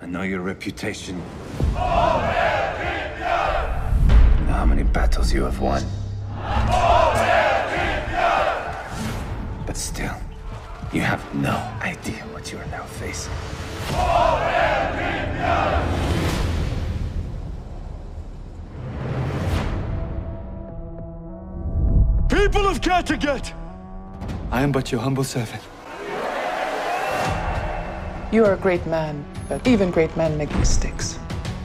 know your reputation. I know how many battles you have won. But still, you have no idea what you are now facing. People of Kattegat! I am but your humble servant. You are a great man, but even great men make mistakes.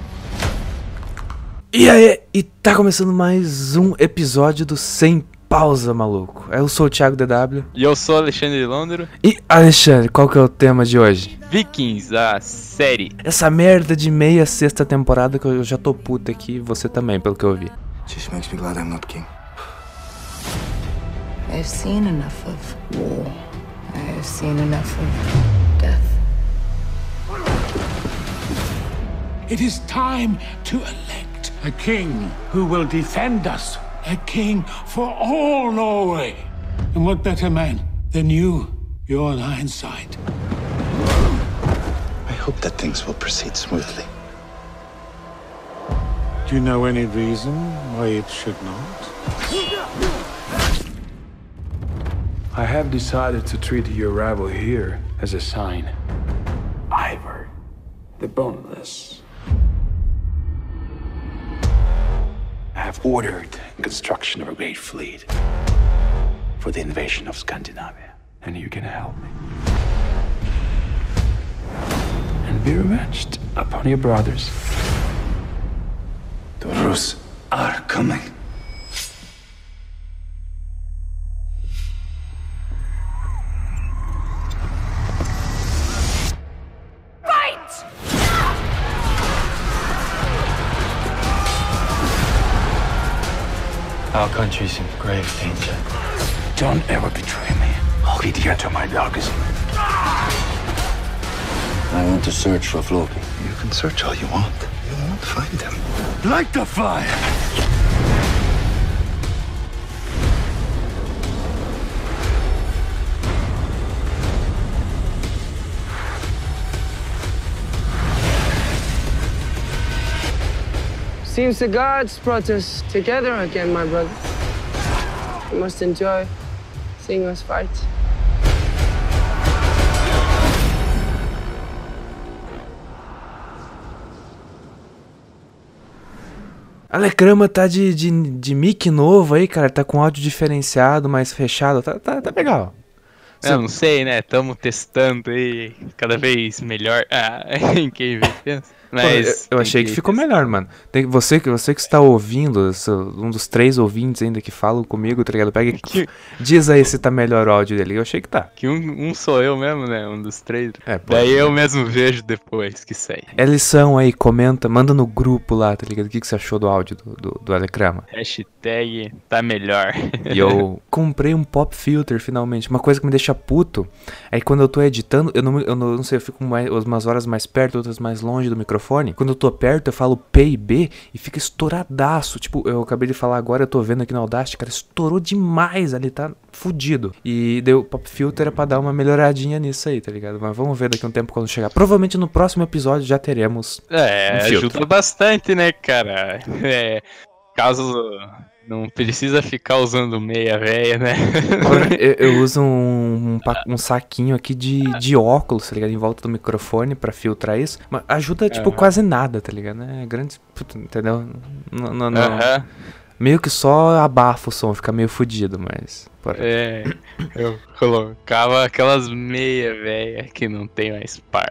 E aí, e tá começando mais um episódio do Sem Pausa, maluco. Eu sou o Thiago DW. E eu sou o Alexandre Londro. E, Alexandre, qual que é o tema de hoje? Vikings, a série. Essa merda de meia sexta temporada que eu já tô puta aqui, você também, pelo que eu vi. Just makes me glad I'm not king. I've seen enough of war. I've seen enough of death. It is time to elect a king who will defend us. A king for all Norway. And what better man than you, your Ironside? I hope that things will proceed smoothly. Do you know any reason why it should not? I have decided to treat your arrival here as a sign. Ivor, the Boneless. I have ordered the construction of a great fleet for the invasion of Scandinavia. And you can help me. And be revenged upon your brothers. The Rus are coming. Our country's in grave danger. Don't ever betray me. I'll be dear to my dogs. I want to search for Floki. You can search all you want. You won't find him. Light the fire! Seems the gods brought us together again, my brother. You must enjoy seeing us fight. A Alecrama tá de mic novo aí, cara. Tá com áudio diferenciado, mais fechado. Tá legal. Eu não sei, né? Tamo testando aí cada vez melhor. Em quem vê pensa. Mas eu achei que ficou melhor, mano. Você que está ouvindo, um dos 3 ouvintes ainda que falam comigo, tá ligado? Pega e diz aí se tá melhor o áudio dele. Eu achei que tá. Que um sou eu mesmo, né? Um dos 3. Pô, daí eu mesmo vejo depois que sai. É lição aí, comenta, manda no grupo lá, tá ligado? O que você achou do áudio do Alecrama? Hashtag tá melhor. E eu comprei um pop filter finalmente. Uma coisa que me deixa puto é que quando eu tô editando, eu não sei, eu fico umas horas mais perto, outras mais longe do microfone. Quando eu tô perto, eu falo P e B e fica estouradaço. Tipo, eu acabei de falar agora, eu tô vendo aqui no Audacity, cara, estourou demais ali, tá fudido. E deu o pop filter pra dar uma melhoradinha nisso aí, tá ligado? Mas vamos ver daqui a um tempo quando chegar. Provavelmente no próximo episódio já teremos um filtro. Ajuda bastante, né, cara? Caso não precisa ficar usando meia véia, né? Eu uso um saquinho aqui de óculos, tá ligado? Em volta do microfone pra filtrar isso. Mas ajuda, tipo, quase nada, tá ligado? É grande, entendeu? Não. Meio que só abafa o som, fica meio fudido, mas... Eu colocava aquelas meia véia que não tem mais par.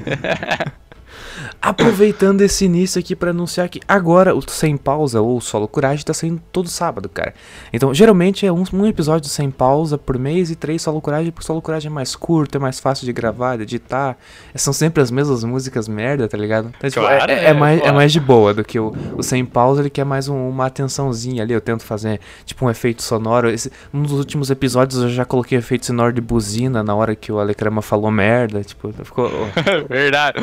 Aproveitando esse início aqui pra anunciar que agora o Sem Pausa ou o Solo Coragem tá saindo todo sábado, cara. Então, geralmente é um episódio Sem Pausa por mês e 3 Solo Coragem, porque o Solo Coragem é mais curto, é mais fácil de gravar, de editar. São sempre as mesmas músicas merda, tá ligado? Então, tipo, claro, é mais de boa do que o Sem Pausa, ele quer mais uma atençãozinha ali. Eu tento fazer, tipo, um efeito sonoro. Um dos últimos episódios eu já coloquei efeito sonoro de buzina na hora que o Alecrama falou merda, tipo, ficou... Verdade.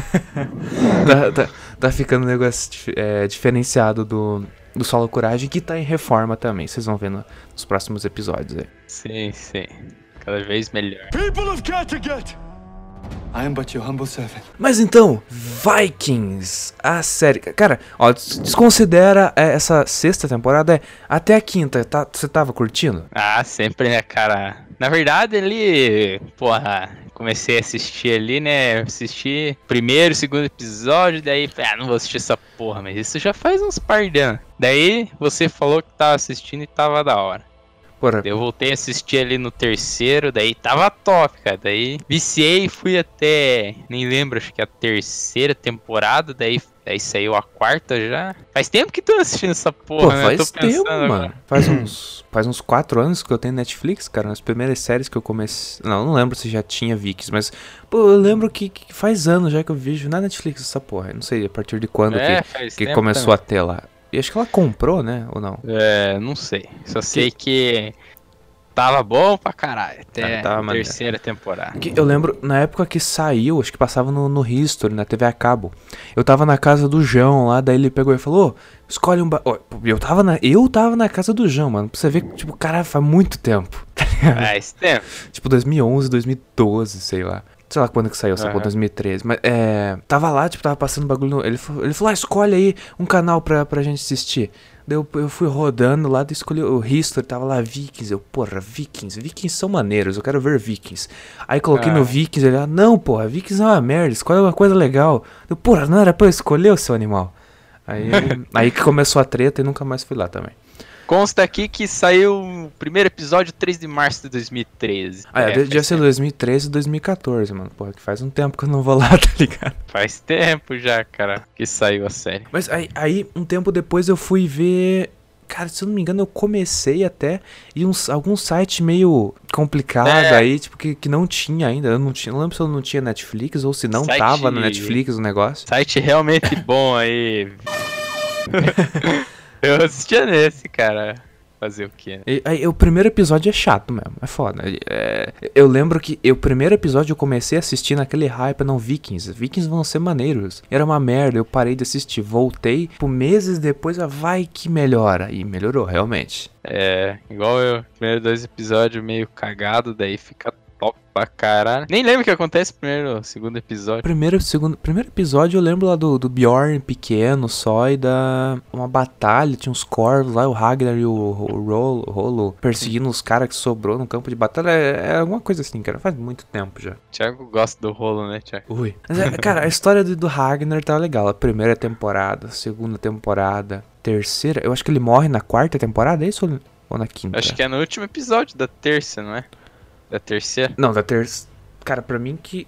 Tá ficando um negócio diferenciado do Solo Coragem, que tá em reforma também. Vocês vão ver nos próximos episódios aí. Sim. Cada vez melhor. People of Kattegat! I am but your humble servant. Mas então, Vikings, a série... Cara, ó, desconsidera essa sexta temporada, até a quinta, tá, você tava curtindo? Ah, sempre, né, cara? Na verdade, ali, porra, comecei a assistir ali, né? Assisti primeiro, segundo episódio, daí, não vou assistir essa porra, mas isso já faz uns par de anos. Daí, você falou que tava assistindo e tava da hora. Porra. Eu voltei a assistir ali no terceiro, daí tava top, cara. Daí viciei e fui até, nem lembro, acho que a terceira temporada, daí saiu a quarta já. Faz tempo que tô assistindo essa porra, Pô, né? faz Eu tô pensando tempo, agora. mano. Faz uns 4 anos que eu tenho Netflix, cara. Nas primeiras séries que eu comecei... Não lembro se já tinha Vikings, mas... Pô, eu lembro que faz anos já que eu vejo na Netflix essa porra. Eu não sei a partir de quando que começou também. a ter lá. E acho que ela comprou, né? Ou não? Não sei. Só sei que tava bom pra caralho. Até a terceira temporada. Eu lembro, na época que saiu, acho que passava no History, na TV a cabo. Eu tava na casa do João lá, daí ele pegou e falou, escolhe um... Eu tava na casa do João, mano. Pra você ver, tipo, caralho, faz muito tempo. Faz tempo. Tipo, 2011, 2012, sei lá. Sei lá quando que saiu, essa porra, 2013. Mas, tava lá, tipo, tava passando bagulho. Ele falou, escolhe aí um canal pra gente assistir. Daí eu fui rodando lá, daí escolhi o History, tava lá Vikings. Eu, porra, Vikings são maneiros, eu quero ver Vikings. Aí coloquei no Vikings, ele, não, porra, Vikings é uma merda, escolhe uma coisa legal. Eu, porra, não era pra eu escolher o seu animal. Aí que começou a treta e nunca mais fui lá também. Consta aqui que saiu o primeiro episódio 3 de março de 2013. Devia ser 2013 e 2014, mano. Porra, que faz um tempo que eu não vou lá, tá ligado? Faz tempo já, cara, que saiu a série. Mas aí um tempo depois eu fui ver... Cara, se eu não me engano, eu comecei até e algum site meio complicado aí, tipo, que não tinha ainda. Eu não lembro se eu não tinha Netflix ou se não tava na Netflix o negócio. Site realmente bom aí. Eu assistia nesse, cara. Fazer o quê? Aí, o primeiro episódio é chato mesmo, é foda. Eu lembro que o primeiro episódio eu comecei a assistir naquele hype, não, Vikings vão ser maneiros. Era uma merda, eu parei de assistir, voltei, por meses depois, vai que melhora. E melhorou, realmente. Igual eu, primeiro 2 episódios meio cagado, daí fica top pra caralho. Nem lembro o que acontece no primeiro, segundo episódio. Primeiro episódio eu lembro lá do Bjorn pequeno só e uma batalha, tinha uns corvos lá, o Ragnar e o Rolo perseguindo os caras que sobrou no campo de batalha. É alguma coisa assim, cara, faz muito tempo já. Thiago gosta do Rolo, né, Thiago? Ui. Mas, cara, a história do Ragnar tá legal. A primeira temporada, a segunda temporada, terceira, eu acho que ele morre na quarta temporada, é isso ou na quinta? Acho que é no último episódio da terça, não é? Da terceira? Não, da terceira. Cara, pra mim que...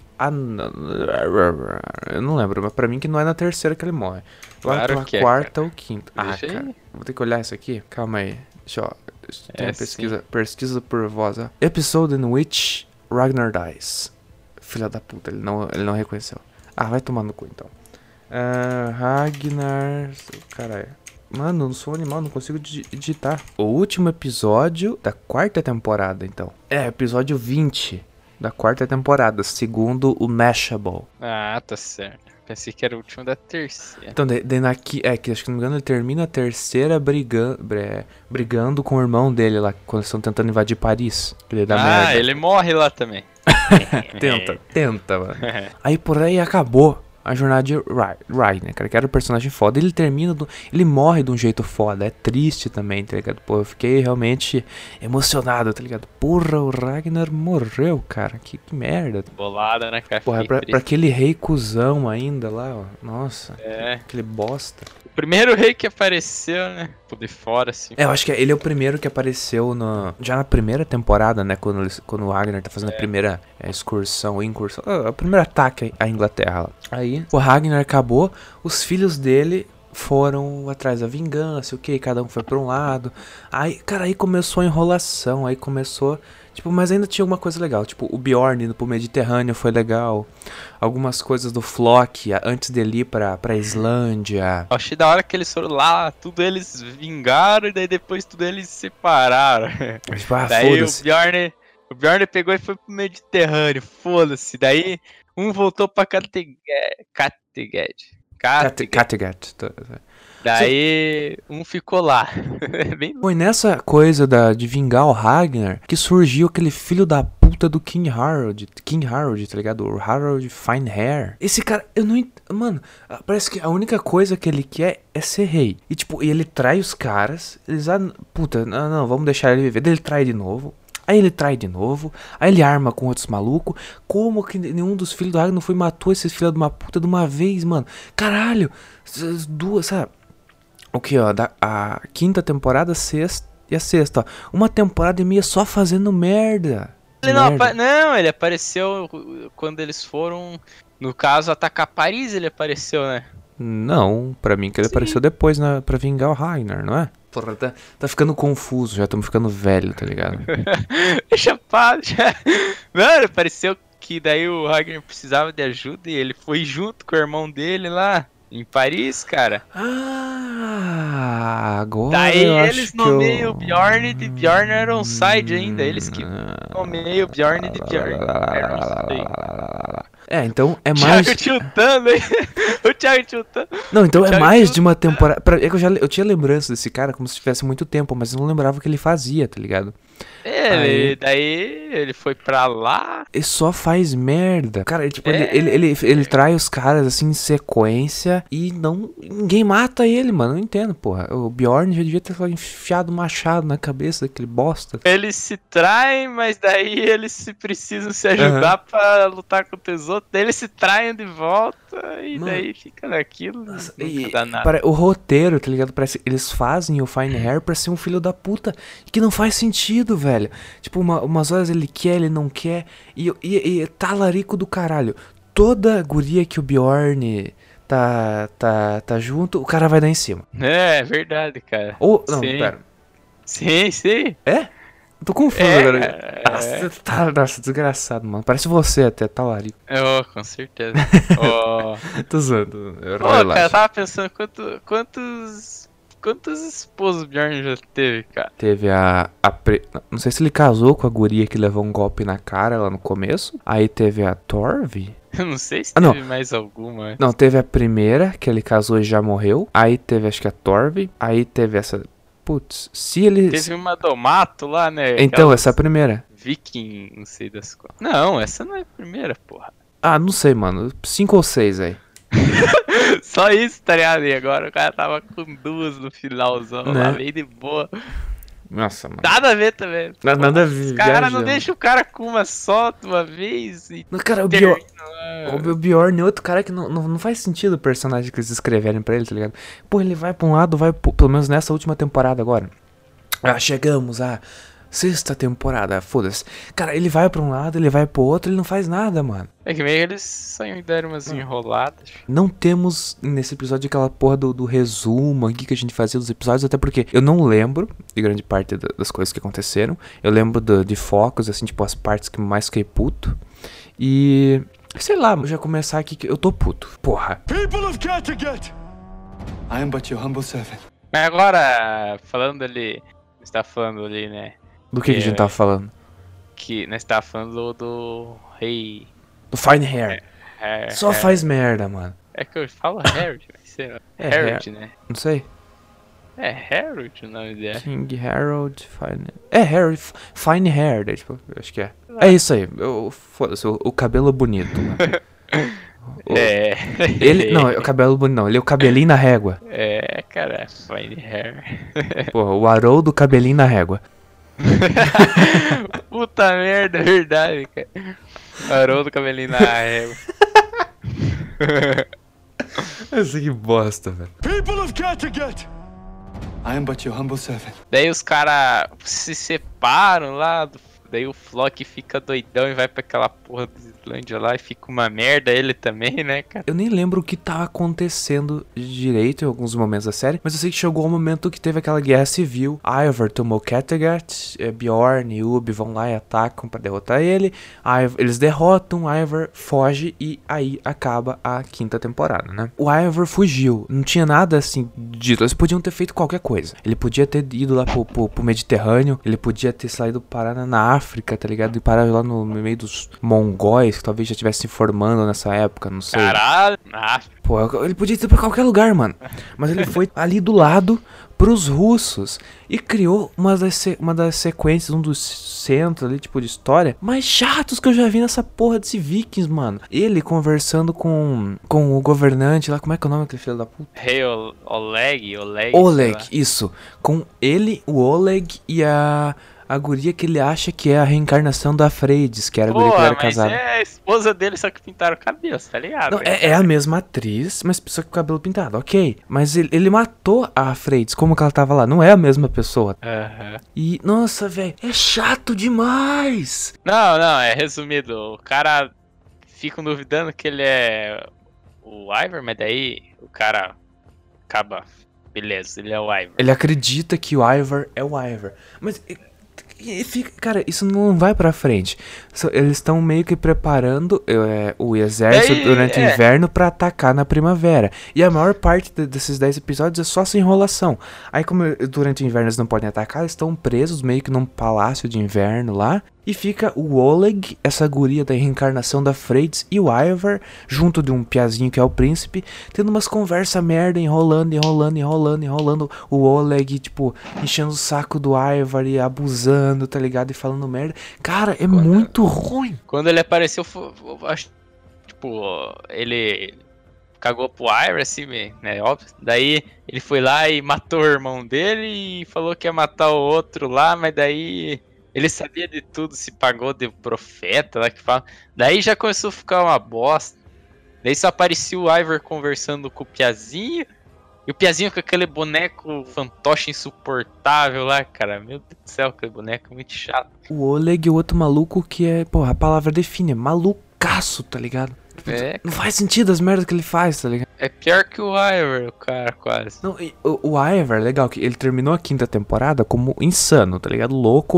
eu não lembro, mas pra mim que não é na terceira que ele morre. Claro na que quarta ou quinta. Deixa cara, aí. vou ter que olhar isso aqui. Calma aí. Deixa eu... Tem uma pesquisa por voz, ó. Episode in which Ragnar dies. Filha da puta, ele não reconheceu. Vai tomar no cu, então. Ragnar... Caralho. Mano, eu não sou um animal, não consigo digitar. O último episódio da quarta temporada, então. Episódio 20 da quarta temporada, segundo o Mashable. Tá certo. Pensei que era o último da terceira. Então, que acho que não me engano, ele termina a terceira brigando com o irmão dele lá, quando eles estão tentando invadir Paris. Ele dá merda. Ele morre lá também. Tenta, mano. Aí por aí acabou a jornada de Ragnar, cara, que era um personagem foda. Ele morre de um jeito foda, é triste também, tá ligado? Pô, eu fiquei realmente emocionado, tá ligado? Porra, o Ragnar morreu, cara, que merda. Bolada, né, cara? Porra, pra aquele rei cuzão ainda lá, ó, nossa, aquele bosta. O primeiro rei que apareceu, né, por de fora, assim. Eu acho que ele é o primeiro que apareceu já na primeira temporada, né, quando o Ragnar tá fazendo a primeira incursão, o primeiro ataque à Inglaterra lá. Aí o Ragnar acabou, os filhos dele foram atrás da vingança, cada um foi pra um lado. Aí, cara, aí começou a enrolação, tipo, mas ainda tinha alguma coisa legal, tipo, o Bjorn indo pro Mediterrâneo foi legal. Algumas coisas do Flock, antes dele ir pra Islândia. Eu achei da hora que eles foram lá, tudo eles vingaram e daí depois tudo eles separaram. Daí o Bjorn pegou e foi pro Mediterrâneo, foda-se. Daí um voltou pra Kattegat. Daí um ficou lá. Foi nessa coisa de vingar o Ragnar que surgiu aquele filho da puta do King Harold, tá ligado? O Harold Finehair. Esse cara, eu não... Mano, parece que a única coisa que ele quer é ser rei. E tipo, ele trai os caras, eles... puta, não, vamos deixar ele viver. Daí ele trai de novo. Aí ele trai de novo, aí ele arma com outros malucos. Como que nenhum dos filhos do Ragnar foi e matou esses filhos de uma puta de uma vez, mano? Caralho, duas, sabe? O que, ó, a quinta temporada, a sexta, ó. Uma temporada e meia só fazendo merda. Ele apareceu quando eles foram, no caso, atacar Paris, ele apareceu, né? Não, pra mim que ele apareceu depois, né, pra vingar o Ragnar, não é? Porra, tá ficando confuso, já estamos ficando velho, tá ligado? Chapado, já. Mano, pareceu que daí o Ragnar precisava de ajuda e ele foi junto com o irmão dele lá em Paris, cara. Ah, agora daí eu eles acho nomeiam o Bjorn de Bjorn Ironside ainda, eles que nomeiam o Bjorn de Bjorn Ironside. Então é mais... O Thiago tiltando, hein? O Thiago tiltando. Não, então é mais de uma temporada... É que eu tinha lembrança desse cara como se tivesse muito tempo, mas eu não lembrava o que ele fazia, tá ligado? Daí ele foi pra lá. Ele só faz merda. Cara, tipo, ele trai os caras assim em sequência e ninguém mata ele, mano. Eu não entendo, porra. O Bjorn já devia ter enfiado um machado na cabeça daquele bosta. Eles se traem, mas daí eles precisam se ajudar pra lutar contra os outros. Daí eles se traem de volta e daí fica naquilo. Nossa, não dá nada. O roteiro, tá ligado? Parece que eles fazem o Finehair pra ser um filho da puta que não faz sentido, velho. Tipo, umas horas ele quer, ele não quer. E talarico do caralho. Toda guria que o Bjorn tá junto, o cara vai dar em cima. É verdade, cara. Não, pera. Sim. É? Tô confuso agora. Nossa, desgraçado, mano. Parece você até, talarico. Com certeza. Tô zoando. Cara, eu tava pensando quantos esposos o Bjorn já teve, cara? Teve não sei se ele casou com a guria que levou um golpe na cara lá no começo. Aí teve a Torvi. Eu não sei se teve mais alguma. Não, teve a primeira, que ele casou e já morreu. Aí teve, acho que a Torvi. Aí teve essa... Putz, se ele... Teve uma do mato lá, né? Então, essa é a primeira. Viking, não sei das coisas. Não, essa não é a primeira, porra. Não sei, mano. 5 ou 6 aí. Só isso, tá ligado? E agora o cara tava com 2 no finalzão, né? Lá meio de boa. Nossa, mano. Nada a ver também. Nada a ver. Os caras não deixam o cara com uma só de uma vez. Cara, o Bjorn é outro cara que não faz sentido o personagem que eles escreverem pra ele, tá ligado? Pô, ele vai pra um lado, pelo menos nessa última temporada agora. Chegamos à 6ª temporada, foda-se. Cara, ele vai pra um lado, ele vai pro outro, ele não faz nada, mano. É que meio eles só deram umas enroladas. Não temos nesse episódio aquela porra do resumo aqui que a gente fazia dos episódios, até porque eu não lembro de grande parte das coisas que aconteceram. Eu lembro de focos, assim, tipo as partes que mais fiquei puto. E... sei lá, vou já começar aqui que eu tô puto. Porra. People of Kattegat! I am but your humble servant. Mas agora, falando ali... Você tá falando ali, né? Do que a gente tava falando? Que nós tava falando do rei... Do Finehair. Só faz merda, mano. É que eu falo Harold, mas sei lá. Harold, né? Não sei. É Harold o nome dele. King Harold Harold Finehair, tipo, acho que é. É isso aí. Foda-se, o cabelo bonito, mano. Ele, não, é o cabelo bonito, não. Ele é o cabelinho na régua. Cara, Finehair. Porra, o Haroldo cabelinho na régua. Puta merda, é verdade, cara. Haroldo cabelinho na régua. Essa que bosta, velho. People of Kattegat! I am but your humble servant. Daí os caras se separam lá, daí o Flock fica doidão e vai pra aquela porra da Islândia lá e fica uma merda ele também, né, cara? Eu nem lembro o que tava acontecendo direito em alguns momentos da série, mas eu sei que chegou o momento que teve aquela guerra civil. Ivar tomou Kattegat, Bjorn e Ubbi vão lá e atacam pra derrotar ele. Eles derrotam, Ivar foge e aí acaba a 5ª temporada, né? O Ivar fugiu, não tinha nada assim dito, eles podiam ter feito qualquer coisa. Ele podia ter ido lá pro Mediterrâneo, ele podia ter saído parar na África, tá ligado? E parar lá no meio dos mongóis, que talvez já estivesse se formando nessa época, não sei. Caralho, África. Pô, ele podia ir pra qualquer lugar, mano. Mas ele foi ali do lado pros russos e criou uma das sequências, um dos centros ali, tipo, de história mais chatos que eu já vi nessa porra desse Vikings, mano. Ele conversando com o governante lá, como é que é o nome daquele filho da puta? Rei Oleg, Oleg, isso. Com ele, o Oleg e a guria que ele acha que é a reencarnação da Freydis, que era a guria que ele era casado. Mas é a esposa dele, só que pintaram o cabelo, tá ligado? Não, é a mesma atriz, mas só que com o cabelo pintado, ok. Mas ele matou a Freydis, como que ela tava lá? Não é a mesma pessoa. E, nossa, velho, é chato demais. Não, é resumido. O cara fica duvidando que ele é o Ivor, mas daí o cara acaba... Beleza, ele é o Ivor. Ele acredita que o Ivor é o Ivor. Mas... cara, isso não vai pra frente. Eles estão meio que preparando o exército durante o inverno pra atacar na primavera. E a maior parte desses 10 episódios é só essa enrolação. Aí, como durante o inverno eles não podem atacar, eles estão presos meio que num palácio de inverno lá. E fica o Oleg, essa guria da reencarnação da Freydis, e o Ivor, junto de um piazinho que é o príncipe, tendo umas conversas merda, enrolando. O Oleg, tipo, enchendo o saco do Ivor e abusando, tá ligado? E falando merda. Cara, é muito ruim. Quando ele apareceu, acho, tipo, ele cagou pro Ivor, assim, né, óbvio. Daí ele foi lá e matou o irmão dele e falou que ia matar o outro lá, mas daí... Ele sabia de tudo, se pagou de profeta lá que fala. Daí já começou a ficar uma bosta. Daí só aparecia o Ivor conversando com o Piazinho. E o Piazinho com aquele boneco fantoche insuportável lá, cara. Meu Deus do céu, aquele boneco muito chato. O Oleg e o outro maluco que é, porra, a palavra define, é malucaço, tá ligado? Não faz sentido as merdas que ele faz, tá ligado? É pior que o Ivor, o cara, quase. Não, o Ivor, legal, que ele terminou a 5ª temporada como insano, tá ligado? Louco.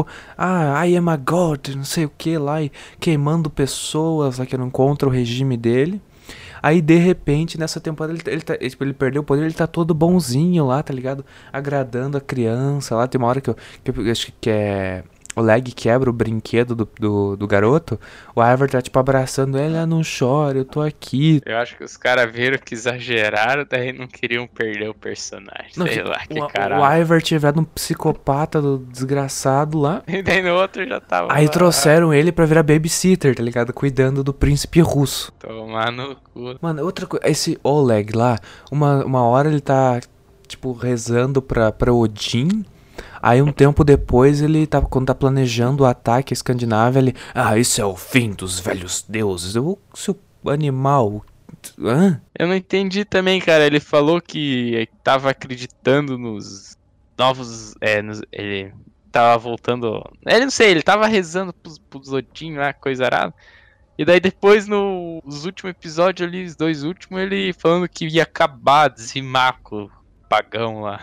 I am a god, não sei o que lá, e queimando pessoas lá que não contra o regime dele. Aí, de repente, nessa temporada, ele perdeu o poder, ele tá todo bonzinho lá, tá ligado? Agradando a criança lá. Tem uma hora que eu acho que é... O Leg quebra o brinquedo do garoto. O Ivor tá tipo abraçando ele. Não chora, eu tô aqui. Eu acho que os caras viram que exageraram, daí não queriam perder o personagem. Não, sei lá, que caralho. O Ivor tinha virado um psicopata desgraçado lá. E daí no outro já tava. Aí lá. Trouxeram ele pra virar babysitter, tá ligado? Cuidando do príncipe russo. Tomar no cu. Mano, outra coisa. Esse Oleg lá, uma hora ele tá tipo rezando pra Odin. Aí um tempo depois ele tá, quando tá planejando o ataque à Escandinávia, ele... isso é o fim dos velhos deuses. Seu animal... Hã? Eu não entendi também, cara. Ele falou que tava acreditando nos novos... ele tava voltando... Ele não sei, ele tava rezando pros Odin lá, coisa arada. E daí depois, nos últimos episódios ali, os 2 últimos, ele falando que ia acabar, dizimar com o pagão lá.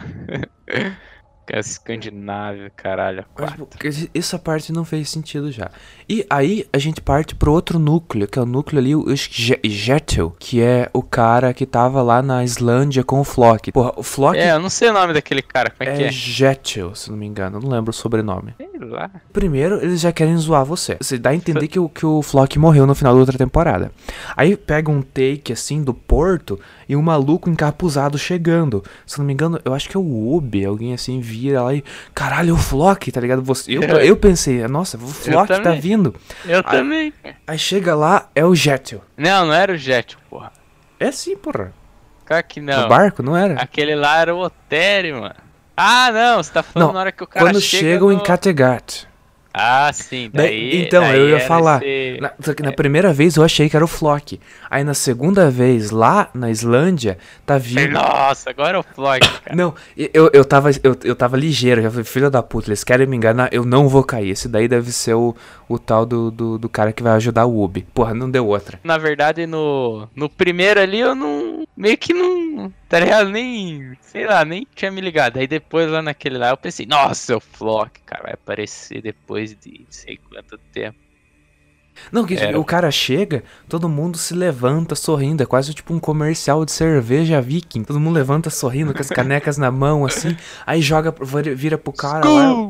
Escandinávia, caralho. Essa parte não fez sentido já. E aí a gente parte pro outro núcleo, que é o núcleo ali, o Jettel, que é o cara que tava lá na Islândia com o Flock. Porra, o Flock... eu não sei o nome daquele cara, como é que é? Jettel, se não me engano, eu não lembro o sobrenome. Sei lá. Primeiro, eles já querem zoar você. Você dá a entender que o Flock morreu no final da outra temporada. Aí pega um take, assim, do porto e um maluco encapuzado chegando. Se não me engano, eu acho que é o Ubi, alguém assim vira lá e... Caralho, o Flock, tá ligado? Eu pensei, nossa, o Flock tá vindo. Eu também. Aí chega lá, é o Jettel. Não era o Jettel, porra. É sim, porra. Claro que não. O barco, não era? Aquele lá era o Otério, mano. Ah, não, você tá falando na hora que o cara quando chegam em Kattegat. Ah, sim, daí... Então, eu ia falar, na primeira vez eu achei que era o Flock. Aí na segunda vez, lá na Islândia, tá vindo... Nossa, agora é o Flock, cara. Não, eu tava ligeiro, já falei, filho da puta, eles querem me enganar, eu não vou cair. Esse daí deve ser o tal do cara que vai ajudar o Ubi. Porra, não deu outra. Na verdade, no primeiro ali, eu não... Meio que não... Tá ligado? Nem... Sei lá, nem tinha me ligado. Aí depois lá naquele lá, eu pensei, nossa, é o Flock, cara, vai aparecer depois de não sei quanto tempo. Não, que o cara chega, todo mundo se levanta sorrindo, é quase tipo um comercial de cerveja viking. Todo mundo levanta sorrindo com as canecas na mão, assim, aí vira pro cara lá.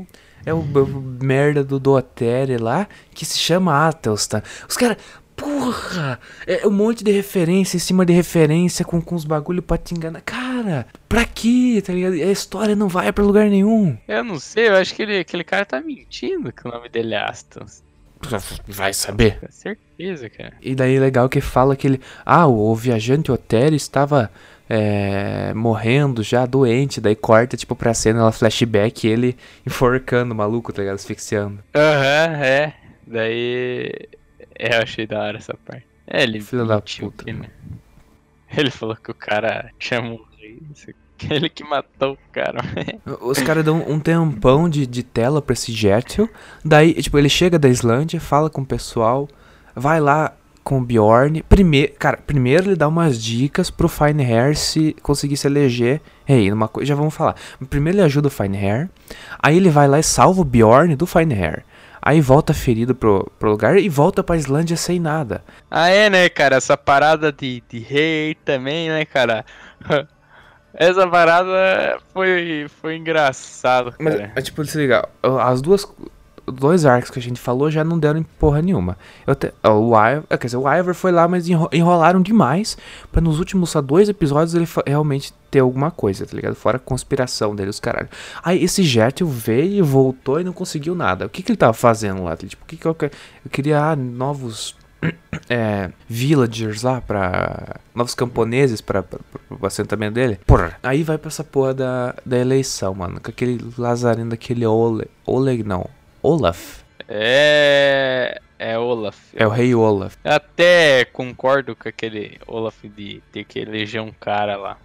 é o merda do Oteri lá, que se chama Atelstan. Os caras, porra, é um monte de referência em cima de referência com os bagulho pra te enganar. Cara, pra quê, tá ligado? A história não vai pra lugar nenhum. Eu não sei, eu acho que aquele cara tá mentindo que o nome dele é Astons. Vai saber. Com certeza, cara. E daí legal que fala que ele... o viajante Oteri estava morrendo já, doente. Daí corta, tipo, pra cena, ela flashback, ele enforcando o maluco, tá ligado? Asfixiando. É. Daí... eu achei da hora essa parte. Ele Filho da mentiu puta, aqui, né? mano. Ele falou que o cara tinha morrido. Ele que matou o cara. Os caras dão um tempão de tela pra esse Jethiel. Daí, tipo, ele chega da Islândia, fala com o pessoal, vai lá com o Bjorn. Primeiro ele dá umas dicas pro Finehair se conseguir se eleger rei. Numa coisa, já vamos falar. Primeiro ele ajuda o Finehair. Aí ele vai lá e salva o Bjorn do Finehair. Aí volta ferido pro lugar e volta pra Islândia sem nada. Né, cara? Essa parada de rei também, né, cara? Essa parada foi engraçado, cara. Mas tipo, se liga, dois arcos que a gente falou já não deram em porra nenhuma. O Ivor foi lá, mas enrolaram demais pra nos últimos só 2 episódios ele realmente ter alguma coisa, tá ligado? Fora a conspiração dele, os caralho. Aí esse Jethiel veio e voltou e não conseguiu nada. O que ele tava fazendo lá? Tipo, eu queria novos villagers lá novos camponeses para o assentamento dele. Porra. Aí vai pra essa porra da eleição, mano. Com aquele lazarino daquele Olaf. É Olaf. É o rei Olaf. Eu até concordo com aquele Olaf de ter que eleger um cara lá.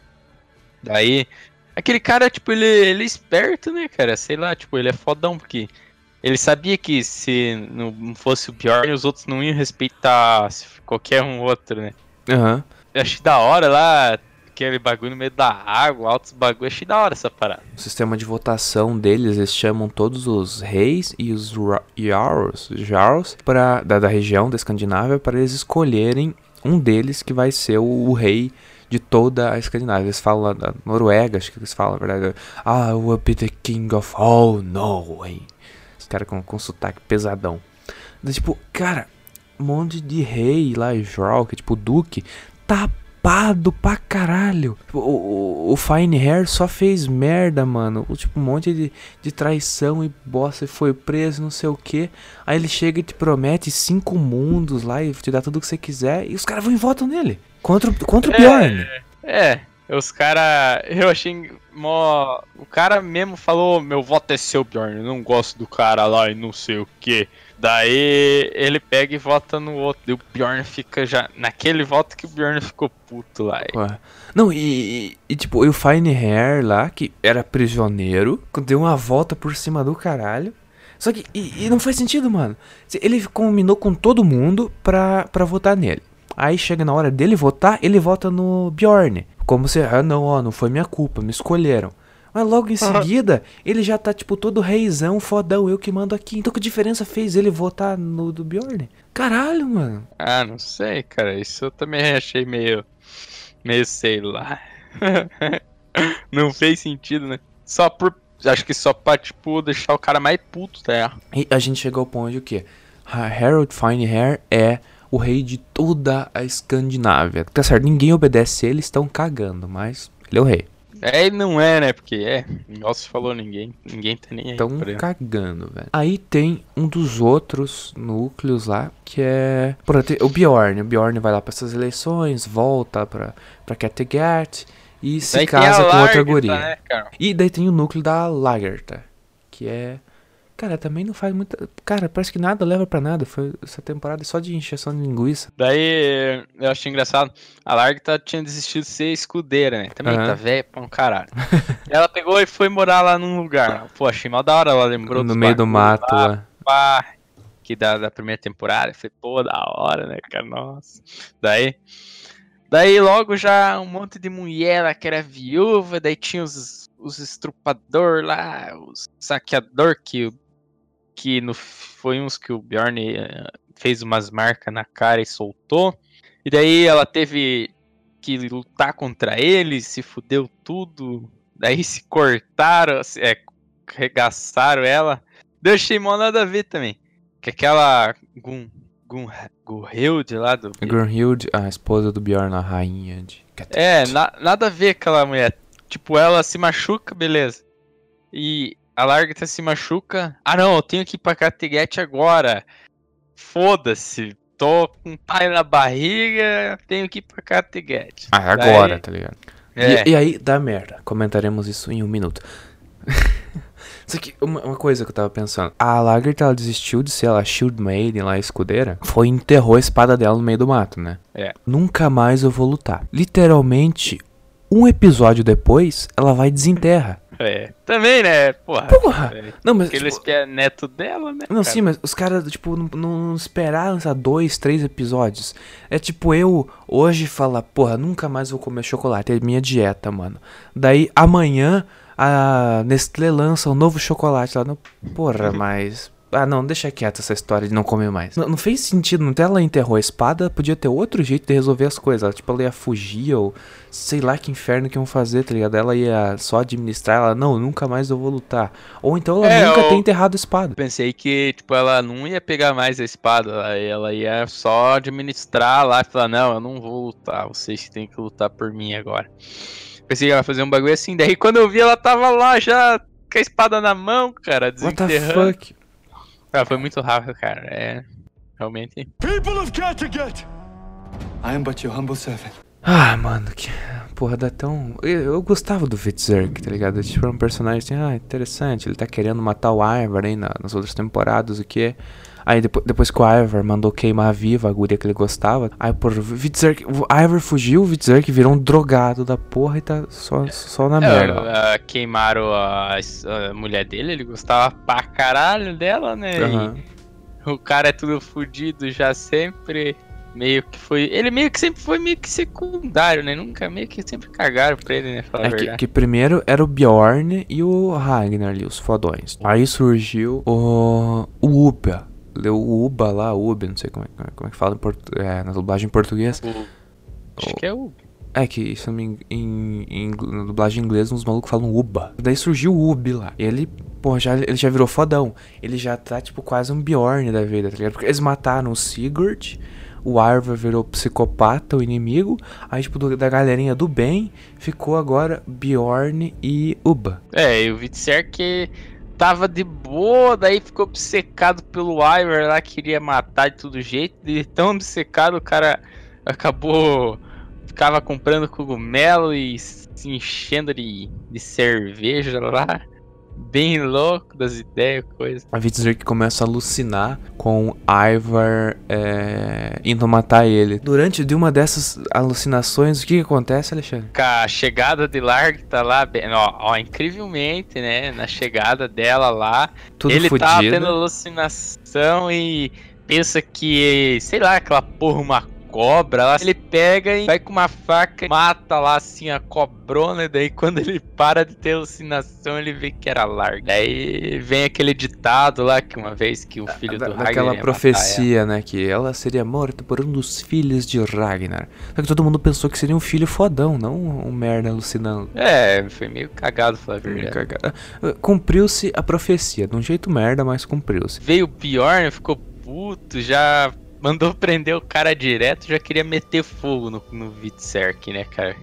Daí, aquele cara, tipo, ele é esperto, né, cara? Sei lá, tipo, ele é fodão, porque ele sabia que se não fosse o Bjorn, os outros não iam respeitar qualquer um outro, né? Aham. Eu achei da hora lá, aquele bagulho no meio da água, altos bagulho, achei da hora essa parada. O sistema de votação deles, eles chamam todos os reis e os Jarls da região da Escandinávia para eles escolherem um deles que vai ser o rei de toda a Escandinávia. Eles falam lá da Noruega, acho que eles falam, na verdade. I will be the king of all Norway. Os caras com sotaque pesadão. Tipo, cara, um monte de rei lá, Jarl, que é tipo o Duque, tapado pra caralho. O Finehair só fez merda, mano. Tipo, um monte de traição e bosta, e foi preso, não sei o que. Aí ele chega e te promete 5 mundos lá e te dá tudo o que você quiser. E os caras vão e votam nele. Contra o Bjorn. Os caras... Eu achei mó... O cara mesmo falou, meu voto é seu, Bjorn. Eu não gosto do cara lá e não sei o que. Daí ele pega e vota no outro. E o Bjorn fica já... Naquele voto que o Bjorn ficou puto lá. Ué. Não, e tipo, o Finehair lá, que era prisioneiro, deu uma volta por cima do caralho. Só que... E não faz sentido, mano. Ele combinou com todo mundo pra votar nele. Aí chega na hora dele votar, ele vota no Bjorn. Como se, não foi minha culpa, me escolheram. Mas logo em seguida, ele já tá tipo todo reizão, fodão, eu que mando aqui. Então que diferença fez ele votar no do Bjorn? Caralho, mano. Não sei, cara. Isso eu também achei meio sei lá. Não fez sentido, né? Acho que só pra, tipo, deixar o cara mais puto, tá? E a gente chegou ao ponto de o quê? Harold Finehair é o rei de toda a Escandinávia. Tá certo, ninguém obedece ele, estão cagando, mas ele é o rei. Ele não é, né? Porque igual você falou, ninguém tá nem aí. Estão cagando, velho. Aí tem um dos outros núcleos lá, que é o Bjorn. O Bjorn vai lá pra essas eleições, volta pra Kattegat e se casa com outra guria. Né, e daí tem o núcleo da Lagertha, que é... Cara, também não faz muita... Cara, parece que nada leva pra nada. Essa temporada é só de encheção de linguiça. Daí, eu achei engraçado. A Lagertha tinha desistido de ser escudeira, né? Também tá velha pra um caralho. Ela pegou e foi morar lá num lugar. Pô, achei mal da hora. Ela lembrou no meio do mato lá. Que da primeira temporada. Eu falei, pô, da hora, né, cara? Nossa. Daí logo já um monte de mulher lá que era viúva. Daí tinha os estrupador lá, os saqueador que foi uns que o Bjorn fez umas marcas na cara e soltou. E daí ela teve que lutar contra ele, se fudeu tudo. Daí se cortaram, arregaçaram ela. Eu achei mó nada a ver também. Que aquela Gunhild lá do... Gunhild, a esposa do Bjorn, a rainha de... nada a ver aquela mulher. Tipo, ela se machuca, beleza. E a Lagertha se machuca. Ah não, eu tenho que ir pra Kattegat agora. Foda-se. Tô com um pai na barriga, tenho que ir pra Kattegat. Agora, tá ligado? É. E aí, dá merda. Comentaremos isso em 1 minuto. Isso aqui, uma coisa que eu tava pensando. A Lagertha, ela desistiu de ser a Shield Maiden lá, a escudeira. Foi e enterrou a espada dela no meio do mato, né? Nunca mais eu vou lutar. Literalmente, um episódio depois, ela vai e desenterra. Também, né? Porra. Não, mas Aquele é neto dela, né? Não, cara? Sim, mas os caras, tipo, não esperaram, sabe, 2, 3 episódios. É tipo, eu hoje falar, porra, nunca mais vou comer chocolate, é minha dieta, mano. Daí, amanhã, a Nestlé lança um novo chocolate lá. Porra, mas... Ah, não, deixa quieto essa história de não comer mais. Não fez sentido, não ela enterrou a espada, podia ter outro jeito de resolver as coisas. Ela ia fugir ou sei lá que inferno que iam fazer, tá ligado? Ela ia só administrar, ela, não, nunca mais eu vou lutar. Ou então ela nunca ter enterrado a espada. Pensei que, tipo, ela não ia pegar mais a espada, ela ia só administrar lá e falar, não, eu não vou lutar, vocês têm que lutar por mim agora. Pensei que ela ia fazer um bagulho assim, daí quando eu vi ela tava lá já com a espada na mão, cara, desenterrando. What the fuck? Foi muito rápido, cara. Realmente. People of Kattegat! I am but your humble servant. Ah, mano, que porra, dá tão... Eu gostava do Vitzerk, tá ligado? Tipo, um personagem assim, interessante, ele tá querendo matar o Ivar aí nas outras temporadas, o que? Aí depois que o Ivar mandou queimar viva a guria que ele gostava, aí por Vitzerk, o Ivar fugiu, o Vitzerk virou um drogado da porra e tá só na merda. Queimaram a mulher dele, ele gostava pra caralho dela, né? O cara é tudo fudido já sempre... Ele meio que sempre foi meio que secundário, né? Nunca meio que sempre cagaram pra ele, né? Falar a verdade. Que primeiro era o Bjorn e o Ragnar ali, os fodões. Aí surgiu o Ubba. O Ubba lá, Ubba, não sei como é que fala na dublagem em português. Acho que é Ubba. Que isso na dublagem em inglês, os malucos falam Ubba. Daí surgiu o Ubbi lá. Ele, porra, ele já virou fodão. Ele já tá, tipo, quase um Bjorn da vida, tá ligado? Porque eles mataram o Sigurd. O Ivar virou psicopata, o inimigo. Aí, tipo, da galerinha do bem, ficou agora Bjorn e Ubba. E o Vitzerk tava de boa, daí ficou obcecado pelo Ivar lá, queria matar de todo jeito. E tão obcecado, o cara ficava comprando cogumelo e se enchendo de cerveja lá. Bem louco das ideias, coisa. A Vitzerk começa a alucinar com o Ivar indo matar ele. Durante de uma dessas alucinações, o que acontece, Alexandre? Com a chegada de Lagertha lá, incrivelmente, né? Na chegada dela lá, tudo ele fudido. Tá tendo alucinação e pensa que, sei lá, aquela porra, uma cobra lá, ele pega e vai com uma faca e mata lá assim a cobrona, e daí quando ele para de ter alucinação ele vê que era Larg. Daí vem aquele ditado lá que uma vez que o filho do Ragnar aquela profecia, né, que ela seria morta por um dos filhos de Ragnar. Só que todo mundo pensou que seria um filho fodão, não um merda alucinando. Foi meio cagado, falar a verdade. Cumpriu-se a profecia, de um jeito merda, mas cumpriu-se. Veio o Bjorn, ficou puto, já mandou prender o cara direto, já queria meter fogo no Vitzerk, né, cara?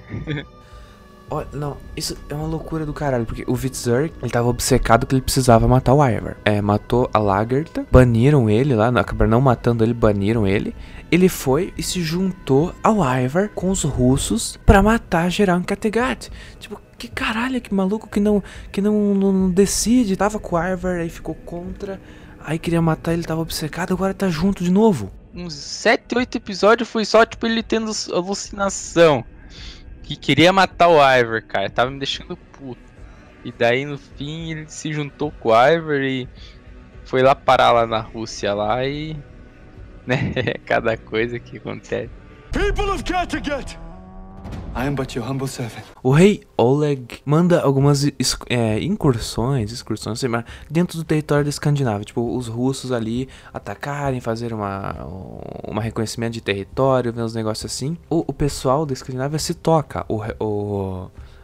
Não, isso é uma loucura do caralho, porque o Vitzerk, ele tava obcecado que ele precisava matar o Ivar. Matou a Lagertha, baniram ele lá, acabaram não matando ele, baniram ele. Ele foi e se juntou ao Ivar com os russos pra matar geral em Kattegat. Tipo, que caralho, que maluco que não decide. Tava com o Ivar, aí ficou contra, aí queria matar ele, tava obcecado, agora tá junto de novo. Uns 7, 8 episódios foi só, tipo, ele tendo alucinação. Que queria matar o Ivar, cara. Tava me deixando puto. E daí, no fim, ele se juntou com o Ivar e foi lá parar lá na Rússia lá e... né, cada coisa que acontece. People of Kattegat! I am but your humble servant. O rei Oleg manda algumas incursões, sei lá, dentro do território da Escandinávia. Tipo, os russos ali atacarem, fazer uma reconhecimento de território, ver uns negócios assim. O pessoal da Escandinávia se toca. O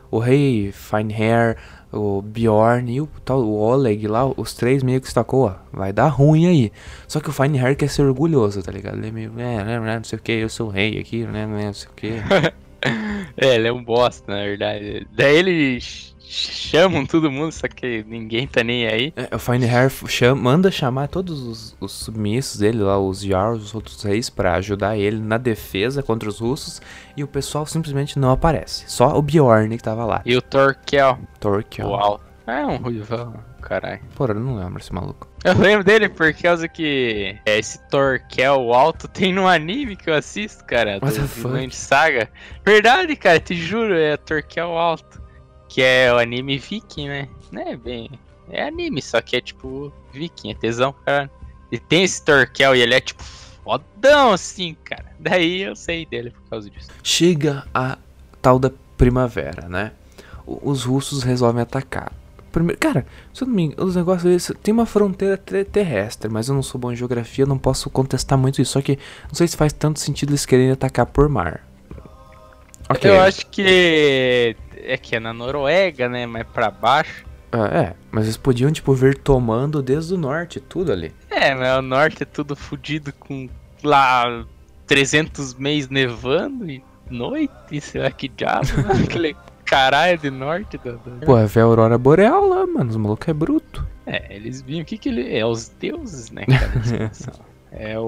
o rei Finehair, o Bjorn e o tal, o Oleg lá, os três meio que estacou, ó, vai dar ruim aí. Só que o Finehair quer ser orgulhoso, tá ligado? Ele é meio, não sei o que, eu sou o rei aqui, não sei o que. Ele é um bosta, na verdade. Daí eles chamam todo mundo, só que ninguém tá nem aí. O Finehair manda chamar todos os submissos dele lá, os Jarls, os outros reis, pra ajudar ele na defesa contra os russos, e o pessoal simplesmente não aparece. Só o Bjorn que tava lá. E o Torkel. Torkel. Uau. É um ruivão, caralho. Porra, eu não lembro esse maluco. Eu lembro dele por causa que esse Torkel alto tem no anime que eu assisto, cara, do Vinland Saga. Verdade, cara, te juro, é Torkel alto. Que é o anime viking, né? Não é bem... É anime, só que é tipo viking, é tesão, cara. E tem esse Torkel e ele é tipo fodão assim, cara. Daí eu sei dele por causa disso. Chega a tal da primavera, né? Os russos resolvem atacar. Primeiro, cara, se eu não me engano, os negócios... Tem uma fronteira terrestre, mas eu não sou bom em geografia, eu não posso contestar muito isso. Só que não sei se faz tanto sentido eles quererem atacar por mar. Okay. Eu acho que é na Noruega, né? Mais pra baixo. Mas eles podiam, tipo, vir tomando desde o norte, tudo ali. Mas o norte é tudo fudido com lá 300 meses nevando e noite, sei lá que diabo, aquele caralho de norte. Pô, vê a aurora boreal lá, mano, os malucos é bruto. Eles viam o que ele... É os deuses, né, cara? É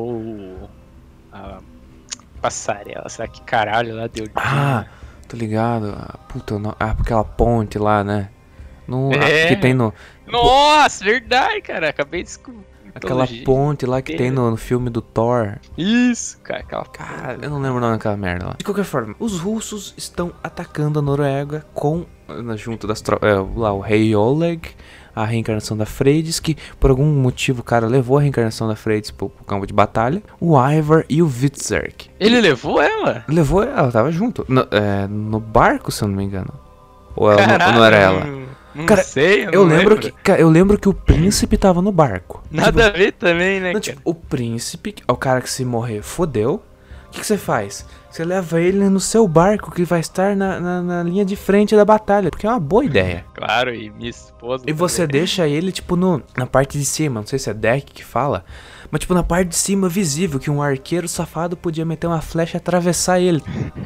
a passarela, será que caralho lá deu? Tô ligado. Puta, aquela ponte lá, né? Que tem no... Nossa, verdade, cara. Acabei de descobrir. Aquela ponte lá que tem no filme do Thor. Isso, cara. Cara, eu não lembro o nome daquela merda lá. De qualquer forma, os russos estão atacando a Noruega junto das tropas... lá, o rei Oleg, a reencarnação da Freydis, que por algum motivo o cara levou a reencarnação da Freydis pro campo de batalha. O Ivar e o Vitzerk. Ele levou ela? Levou ela, tava junto. No barco, se eu não me engano. Ou não era ela? Cara, sei, eu lembro que o príncipe tava no barco. Nada a ver também, né, cara? Tipo, o príncipe, o cara que se morrer, fodeu. O que você faz? Você leva ele no seu barco, que vai estar na linha de frente da batalha, porque é uma boa ideia. Claro, e minha esposa E você deixa ele, tipo, na parte de cima, não sei se é deck que fala, mas tipo, na parte de cima visível, que um arqueiro safado podia meter uma flecha e atravessar ele.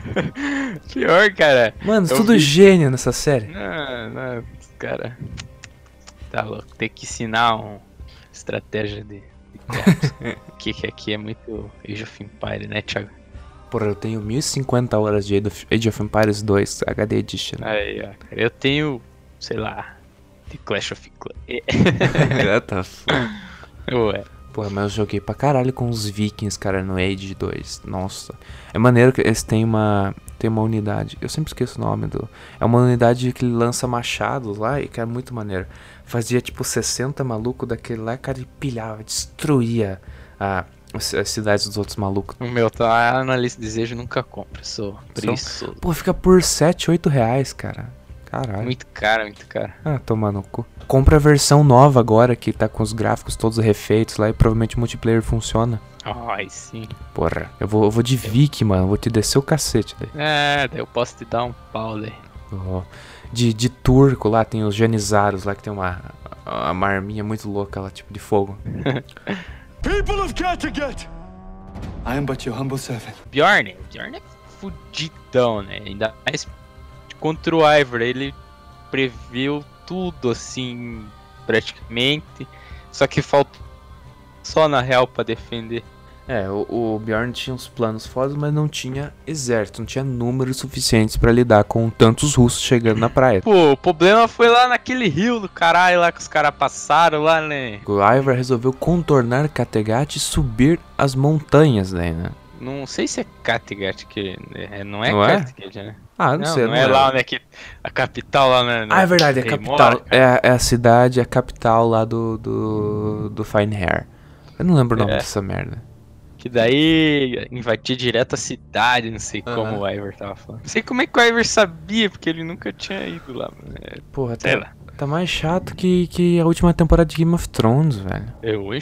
Pior, cara. Mano, tudo gênio nessa série. Não, cara. Tá louco, tem que ensinar uma estratégia de que aqui é muito Age of Empires, né, Thiago? Porra, eu tenho 1050 horas de Age of Empires 2 HD Edition. Aí, ó, cara, eu tenho, sei lá, de Clash of Clans. Tá foda. Ué. Porra, mas eu joguei pra caralho com os vikings, cara, no Age 2. Nossa. É maneiro que eles têm uma unidade. Eu sempre esqueço o nome do... É uma unidade que lança machados lá e que é muito maneiro. Fazia tipo 60 malucos daquele lá, cara, e pilhava, destruía as cidades dos outros malucos. O meu tá na lista de desejo, nunca compro. Sou preguiçoso. Pô, fica por 7, 8 reais, cara. Caralho. Muito caro, muito caro. Toma no cu. Compra a versão nova agora, que tá com os gráficos todos refeitos lá e provavelmente o multiplayer funciona. Ai, sim. Porra, eu vou de Viking, mano. Vou te descer o cacete daí. Daí eu posso te dar um pau daí. De turco lá, tem os Janizaros lá, que tem uma arminha muito louca lá, tipo de fogo. People of Kattegat! I am but your humble servant. Bjorn é fudidão, né? Ainda mais contra o Ivar, ele previu tudo assim, praticamente. Só que faltou só na real pra defender. O Bjorn tinha uns planos fodas, mas não tinha exército, não tinha números suficientes pra lidar com tantos russos chegando na praia. Pô, o problema foi lá naquele rio do caralho lá que os caras passaram lá, né? O Ivar resolveu contornar Kattegat e subir as montanhas, né? Não sei se é Kattegat que... Não é Kattegat, né? Não sei. Não é lá, né? Que a capital lá, né? É verdade, é a capital. É a cidade, a capital lá do Finehair. Eu não lembro o nome dessa merda. Que daí invadia direto a cidade, não sei como o Ivar tava falando. Não sei como é que o Ivar sabia, porque ele nunca tinha ido lá. Porra, tá mais chato que a última temporada de Game of Thrones, velho. Eu encho a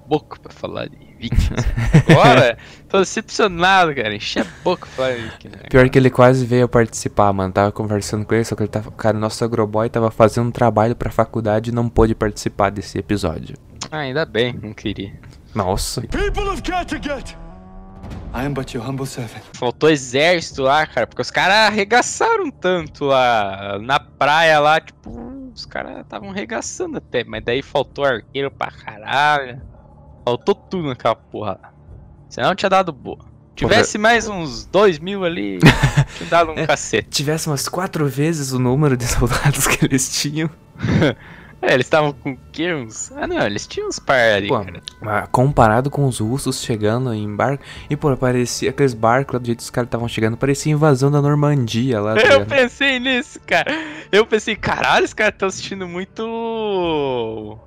boca pra falar de Vikings. Agora, tô decepcionado, cara. Enchi a boca pra falar de Vikings. Pior que ele quase veio participar, mano. Tava conversando com ele, só que ele tava. Cara, o nosso agroboy tava fazendo um trabalho pra faculdade e não pôde participar desse episódio. Ah, ainda bem, não queria. Nossa. People of Kattegat! I am but your humble servant. Faltou exército lá, cara, porque os caras arregaçaram tanto lá na praia lá, tipo, os caras estavam arregaçando até, mas daí faltou arqueiro pra caralho. Faltou tudo naquela porra lá. Senão tinha dado boa. Tivesse mais uns 2.000 ali, tinha dado um cacete. Tivesse umas 4 vezes o número de soldados que eles tinham. Eles estavam com o quê? Ah, não, eles tinham uns par ali, pô, cara. Comparado com os russos chegando em barco. E, pô, parecia aqueles barcos lá do jeito que os caras estavam chegando. Parecia invasão da Normandia lá. Eu pensei nisso, cara. Eu pensei, caralho, os caras estão assistindo muito.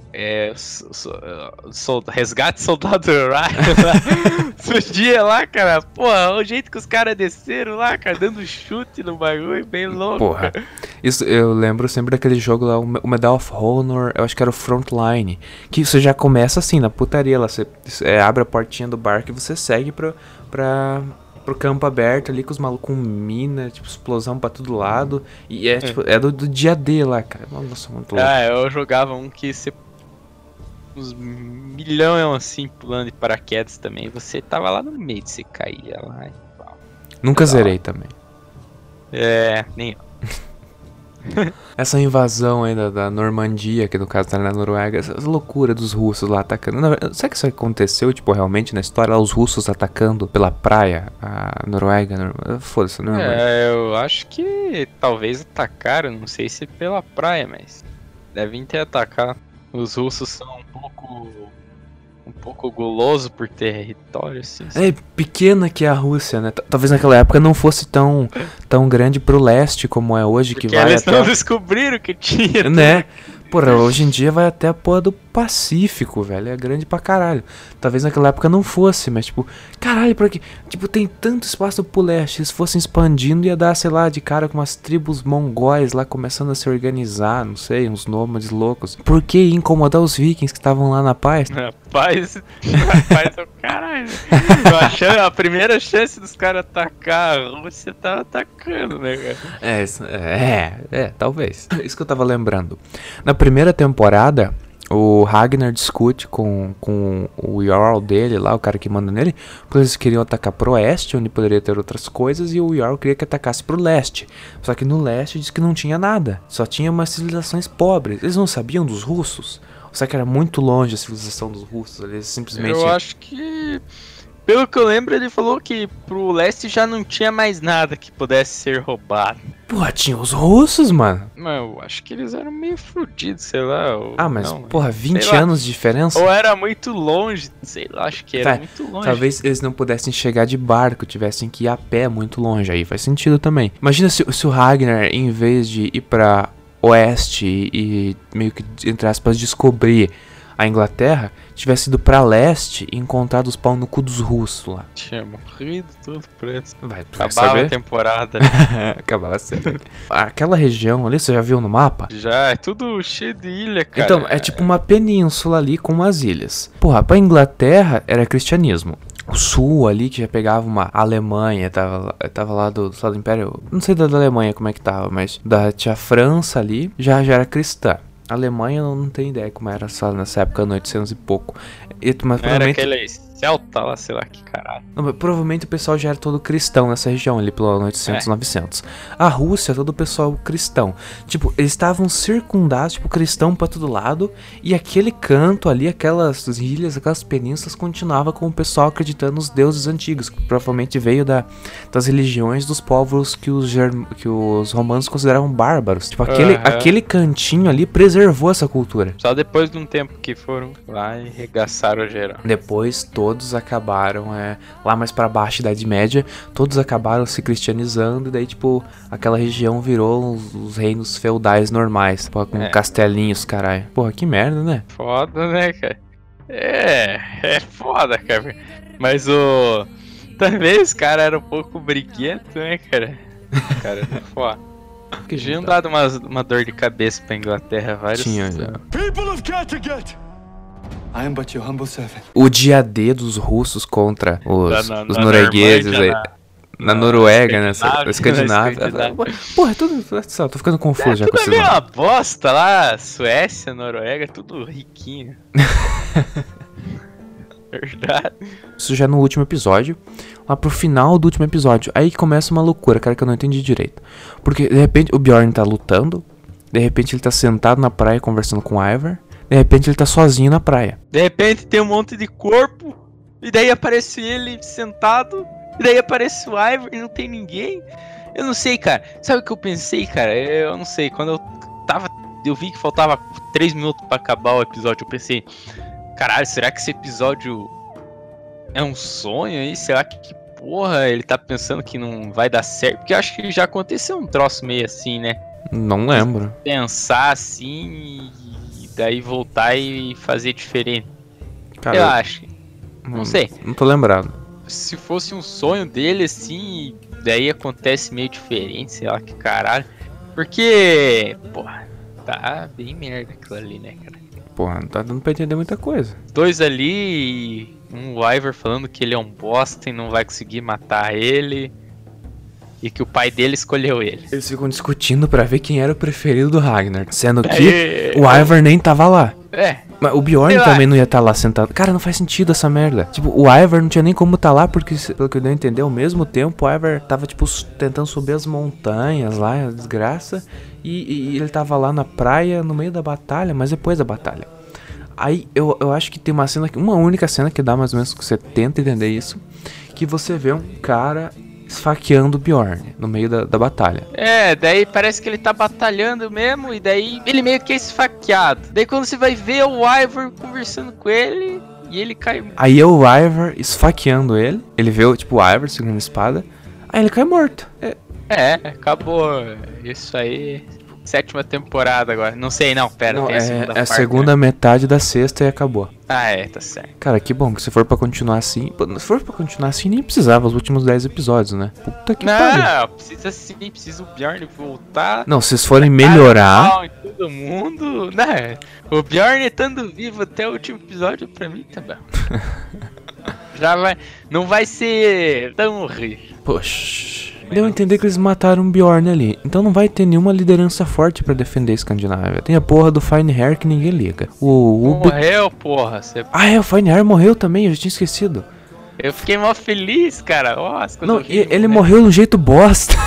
Resgate Soldado Ryan. Esse dia lá, cara. Porra, o jeito que os caras desceram lá, cara, dando chute no bagulho, bem louco. Porra. Isso, eu lembro sempre daquele jogo lá, o Medal of Honor, eu acho que era o Frontline. Que você já começa assim, na putaria lá. Você abre a portinha do barco e você segue pro campo aberto ali com os malucos com mina, tipo, explosão pra todo lado. E tipo, é do dia D lá, cara. Nossa, muito louco. Ah, eu jogava um que você. Uns milhão assim pulando de paraquedas também. Você tava lá no meio, você caía lá e pau. Nunca zerei também. Nem eu. Essa invasão aí da Normandia, que no caso tá na Noruega, essa loucura dos russos lá atacando. Será que isso aconteceu, tipo, realmente na história? Lá os russos atacando pela praia a Noruega? Foda-se, não é? Eu acho que talvez atacaram, não sei se pela praia, mas devem ter atacado. Os russos são um pouco guloso por território, assim. É pequena que é a Rússia, né? Talvez naquela época não fosse tão grande pro leste como é hoje, porque que vai eles até... não descobriram que tinha. Né? Porra, hoje em dia vai até a porra do Pacífico, velho. É grande pra caralho. Talvez naquela época não fosse, mas tipo... Caralho, porque... Tipo, tem tanto espaço pro leste. Se fossem expandindo, ia dar, sei lá, de cara com umas tribos mongóis lá começando a se organizar. Não sei, uns nômades loucos. Por que incomodar os vikings que estavam lá na paz? Paz é o caralho. A primeira chance dos caras atacar a Rússia tava atacando, né, cara? Talvez. Isso que eu tava lembrando. Na primeira temporada, o Ragnar discute com o Jarl dele lá, o cara que manda nele, porque eles queriam atacar pro oeste, onde poderia ter outras coisas, e o Jarl queria que atacasse pro leste. Só que no leste diz que não tinha nada, só tinha umas civilizações pobres. Eles não sabiam dos russos? Só que era muito longe a civilização dos russos, eles simplesmente... Eu acho que... Pelo que eu lembro, ele falou que pro leste já não tinha mais nada que pudesse ser roubado. Porra, tinha os russos, mano. Mas eu acho que eles eram meio fudidos, sei lá. Mas, porra, 20 anos de diferença? Ou era muito longe, sei lá, acho que era muito longe. Talvez eles não pudessem chegar de barco, tivessem que ir a pé muito longe, aí faz sentido também. Imagina se o Ragnar, em vez de ir pra oeste e meio que, entre aspas, descobrir a Inglaterra, tivesse ido pra leste e encontrado os pau no cu dos russos lá. Tinha morrido tudo preto. Acabava a temporada. Acabava a série. Aquela região ali, você já viu no mapa? Já, é tudo cheio de ilha, cara. Então, é tipo uma península ali com umas ilhas. Porra, pra Inglaterra era cristianismo. O sul ali, que já pegava uma Alemanha, tava lá do lado do Império, não sei da Alemanha como é que tava, mas tinha a França ali, já era cristã. A Alemanha eu não tenho ideia como era só nessa época, 800 e pouco. Mas era aquele celta lá, sei lá que caralho. Não, provavelmente o pessoal já era todo cristão nessa região, ali pelo 800, 900. A Rússia, todo o pessoal cristão. Tipo, eles estavam circundados, tipo, cristão pra todo lado. E aquele canto ali, aquelas ilhas, aquelas penínsulas, continuava com o pessoal acreditando nos deuses antigos. Que provavelmente veio das religiões dos povos que os romanos consideravam bárbaros. Tipo, aquele cantinho ali preservou essa cultura. Só depois de um tempo que foram lá e regaçaram geral. Depois todos acabaram, lá mais pra baixo, Idade Média, todos acabaram se cristianizando, e daí, tipo, aquela região virou os reinos feudais normais, com castelinhos, caralho. Porra, que merda, né? Foda, né, cara? É foda, cara. Mas também os caras eram um pouco briguentos, né, cara? Cara, é foda. Porque já tinham dado uma dor de cabeça pra Inglaterra vários Tinha, já. People of Kattegat! I am but your humble servant. O dia D dos russos contra os Na noruegueses aí. Na Noruega, né? Na Escandinávia. Porra, é tudo. Só, tô ficando confuso já com Tudo esse é meio nome. uma bosta lá, Suécia, Noruega, tudo riquinho. Verdade. Isso já no último episódio. Lá pro final do último episódio. Aí que começa uma loucura, cara, que eu não entendi direito. Porque de repente o Bjorn tá lutando. De repente ele tá sentado na praia conversando com o Ivar. De repente ele tá sozinho na praia. De repente tem um monte de corpo. E daí aparece ele sentado. E daí aparece o Ivar e não tem ninguém. Eu não sei, cara. Sabe o que eu pensei, cara? Eu não sei. Quando eu vi que faltava 3 minutos pra acabar o episódio, eu pensei, caralho, será que esse episódio é um sonho aí? Será que porra, ele tá pensando que não vai dar certo? Porque eu acho que já aconteceu um troço meio assim, né? Não lembro. Pensar assim e daí voltar e fazer diferente. Cara, eu acho. Não sei. Não tô lembrado. Se fosse um sonho dele assim, daí acontece meio diferente, sei lá que caralho. Porque, porra, tá bem merda aquilo ali, né, cara? Porra, não tá dando pra entender muita coisa. 2 ali e um Ivar falando que ele é um bosta e não vai conseguir matar ele. E que o pai dele escolheu ele. Eles ficam discutindo pra ver quem era o preferido do Ragnar. Sendo que o Ivar nem tava lá. Mas o Bjorn também não ia estar lá sentado. Cara, não faz sentido essa merda. Tipo, o Ivar não tinha nem como estar lá, porque, pelo que eu dei a entender, ao mesmo tempo o Ivar tava, tipo, tentando subir as montanhas lá, a desgraça. E ele tava lá na praia, no meio da batalha, mas depois da batalha. Aí, eu acho que tem uma cena, uma única cena que dá mais ou menos que você tenta entender isso. Que você vê um cara esfaqueando o Bjorn no meio da batalha. Daí parece que ele tá batalhando mesmo, e daí ele meio que é esfaqueado. Daí quando você vai ver o Ivar conversando com ele, e ele cai... Aí é o Ivar esfaqueando ele, ele vê tipo o Ivar segurando a espada, aí ele cai morto. Acabou isso aí. 7ª temporada agora. Não sei não, pera, Não, tem a segunda parte. É a segunda metade da 6ª e acabou. Tá certo. Cara, que bom que se for pra continuar assim... Se for pra continuar assim, nem precisava os últimos 10 episódios, né? Puta que pariu. Não, precisa o Bjorn voltar. Não, se vocês forem melhorar... Em todo mundo, né? O Bjorn estando vivo até o último episódio, pra mim tá bom. Já vai... Não vai ser tão horrível. Poxa... Deu a entender que eles mataram o Bjorn ali. Então não vai ter nenhuma liderança forte pra defender a Escandinávia. Tem a porra do Finehair que ninguém liga. Morreu, porra. O Finehair morreu também, eu já tinha esquecido. Eu fiquei mó feliz, cara. Nossa, não, ele morreu de um jeito bosta.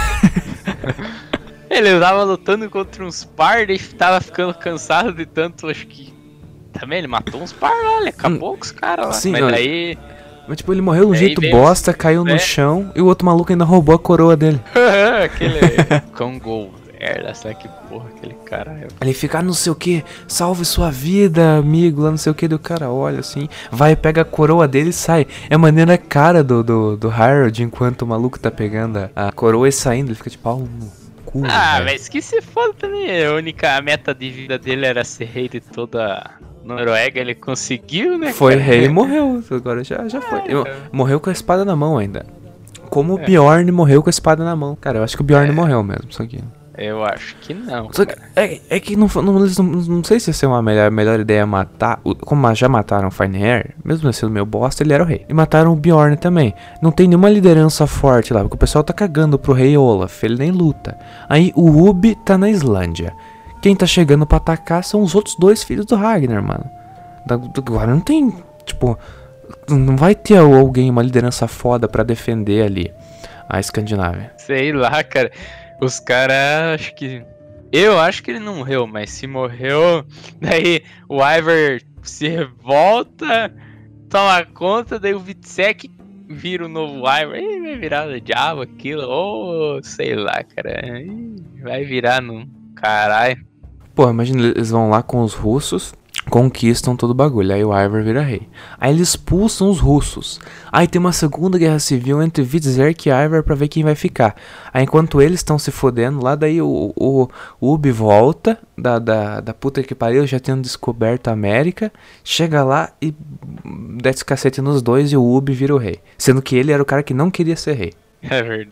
Ele tava lutando contra uns par e tava ficando cansado de tanto, acho que... Também ele matou uns par lá, ele acabou com os caras lá. Sim, mas daí... Mas tipo, ele morreu de um jeito bosta, caiu no chão e o outro maluco ainda roubou a coroa dele. Aquele Congo, sei lá que porra, aquele cara. Ele fica, não sei o que, salve sua vida, amigo, lá não sei o que, do cara olha assim, vai, pega a coroa dele e sai. É a maneira cara do Harold, enquanto o maluco tá pegando a coroa e saindo, ele fica tipo, no cu. Mas que se foda também, a única meta de vida dele era ser rei de toda... Noruega, ele conseguiu, né? Foi rei e morreu. Agora já foi. Morreu com a espada na mão ainda. Como o Bjorn morreu com a espada na mão. Cara, eu acho que o Bjorn morreu mesmo. Só que... Eu acho que não. Só que, é que não sei se ia ser uma melhor ideia matar. Como já mataram o Finehair, mesmo sendo meu bosta, ele era o rei. E mataram o Bjorn também. Não tem nenhuma liderança forte lá, porque o pessoal tá cagando pro rei Olaf. Ele nem luta. Aí o Ubi tá na Islândia. Quem tá chegando pra atacar são os outros 2 filhos do Ragnar, mano. Agora não tem, tipo... Não vai ter alguém, uma liderança foda pra defender ali a Escandinávia. Sei lá, cara. Os caras, acho que... Eu acho que ele não morreu, mas se morreu... Daí o Ivar se revolta, toma conta, daí o Vitsec vira o novo Ivar. Ih, vai virar o diabo aquilo, ou sei lá, cara. Ih, vai virar no caralho. Pô, imagina, eles vão lá com os russos, conquistam todo o bagulho, aí o Ivar vira rei. Aí eles expulsam os russos. Aí tem uma segunda guerra civil entre Vitsec e Ivar pra ver quem vai ficar. Aí enquanto eles estão se fodendo lá, daí o Ubi volta da puta que pariu, já tendo descoberto a América, chega lá e desce cacete nos 2 e o Ubi vira o rei. Sendo que ele era o cara que não queria ser rei. É verdade.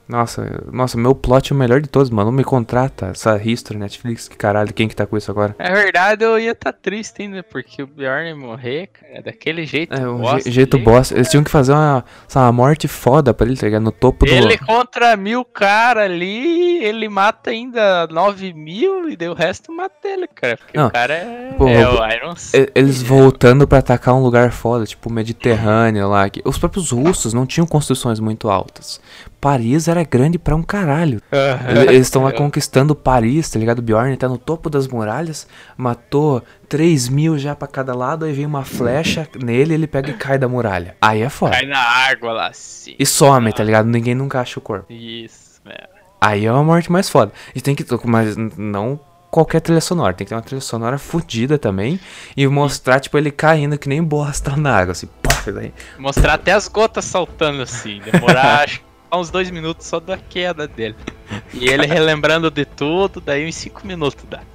Nossa, meu plot é o melhor de todos, mano. Não me contrata essa History, Netflix, que caralho, quem que tá com isso agora? É verdade, eu ia tá triste ainda, porque o Bjorn ia morrer, cara, daquele jeito Jeito bosta. Eles tinham que fazer uma morte foda pra ele, tá ligado? No topo Ele contra 1000 cara ali, ele mata ainda 9000 e daí o resto mata ele, cara. Porque o cara é o Iron City. Eles voltando pra atacar um lugar foda, tipo o Mediterrâneo lá. Os próprios russos não tinham construções muito altas. Paris era grande pra um caralho. Eles estão lá conquistando Paris, tá ligado? O Bjorn tá no topo das muralhas, matou 3000 já pra cada lado, aí vem uma flecha nele, ele pega e cai da muralha. Aí é foda. Cai na água lá, sim. E some, tá ligado? Ninguém nunca acha o corpo. Isso, velho. Aí é uma morte mais foda. E tem que... Mas não qualquer trilha sonora. Tem que ter uma trilha sonora fodida também. E mostrar, tipo, ele caindo que nem bosta na água, assim. Pô, daí. Mostrar até as gotas saltando, assim. Demorar, acho que uns 2 minutos só da queda dele. E ele relembrando de tudo, daí uns 5 minutos dá.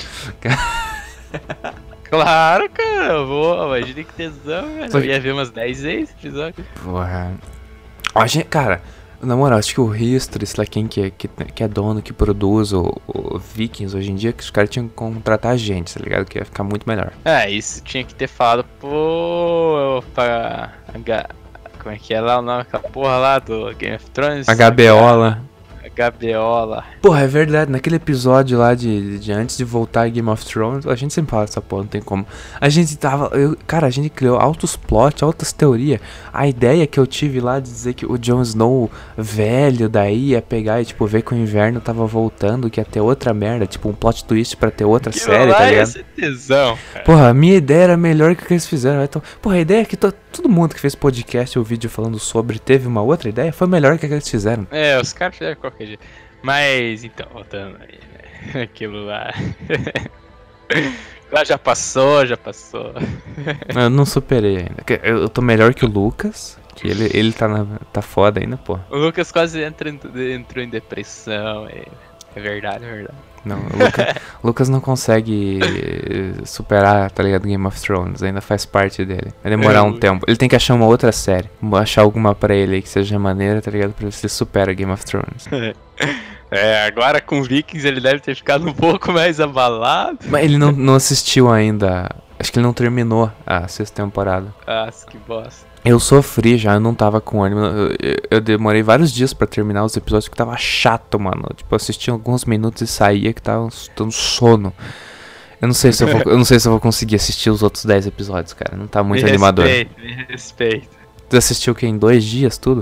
Claro, cara, eu vou. Imagina que tesão, velho. Eu ia ver umas 10 vezes episódio. Porra. Cara, na moral, acho que o History, sei lá quem que é dono, que produz o Vikings hoje em dia, que os caras tinham que contratar a gente, tá ligado? Que ia ficar muito melhor. Isso tinha que ter falado como é que é lá o nome daquela porra lá do Game of Thrones? HBOla. Porra, é verdade, naquele episódio lá de antes de voltar a Game of Thrones, a gente sempre fala dessa porra, não tem como. A gente a gente criou altos plots, altas teorias. A ideia que eu tive lá de dizer que o Jon Snow velho daí ia pegar e tipo ver que o inverno tava voltando, que ia ter outra merda, tipo um plot twist pra ter outra série, tá ligado? Tesão, cara. Porra, a minha ideia era melhor que o que eles fizeram. Então, porra, a ideia é que todo mundo que fez podcast ou vídeo falando sobre teve uma outra ideia, foi melhor que a que eles fizeram. Os caras fizeram qualquer jeito. Mas, então, voltando aí, né? Aquilo lá... Lá já passou. Eu não superei ainda. Eu tô melhor que o Lucas, que ele tá foda ainda, pô. O Lucas quase entrou em depressão, é verdade. Não, o Lucas não consegue superar, tá ligado, Game of Thrones, ainda faz parte dele. Vai demorar um tempo. Ele tem que achar uma outra série, achar alguma pra ele aí que seja maneira, tá ligado, pra ver se ele supera Game of Thrones. Agora com Vikings ele deve ter ficado um pouco mais abalado. Mas ele não assistiu ainda, acho que ele não terminou a 6ª temporada. Que bosta. Eu sofri já, eu não tava com ânimo. Eu demorei vários dias pra terminar os episódios, que tava chato, mano. Tipo, eu assistia alguns minutos e saía que tava dando sono. Eu não sei se eu vou conseguir assistir os outros 10 episódios, cara. Não tá muito animador. Me respeita. Tu assistiu o quê? Em 2 dias, tudo?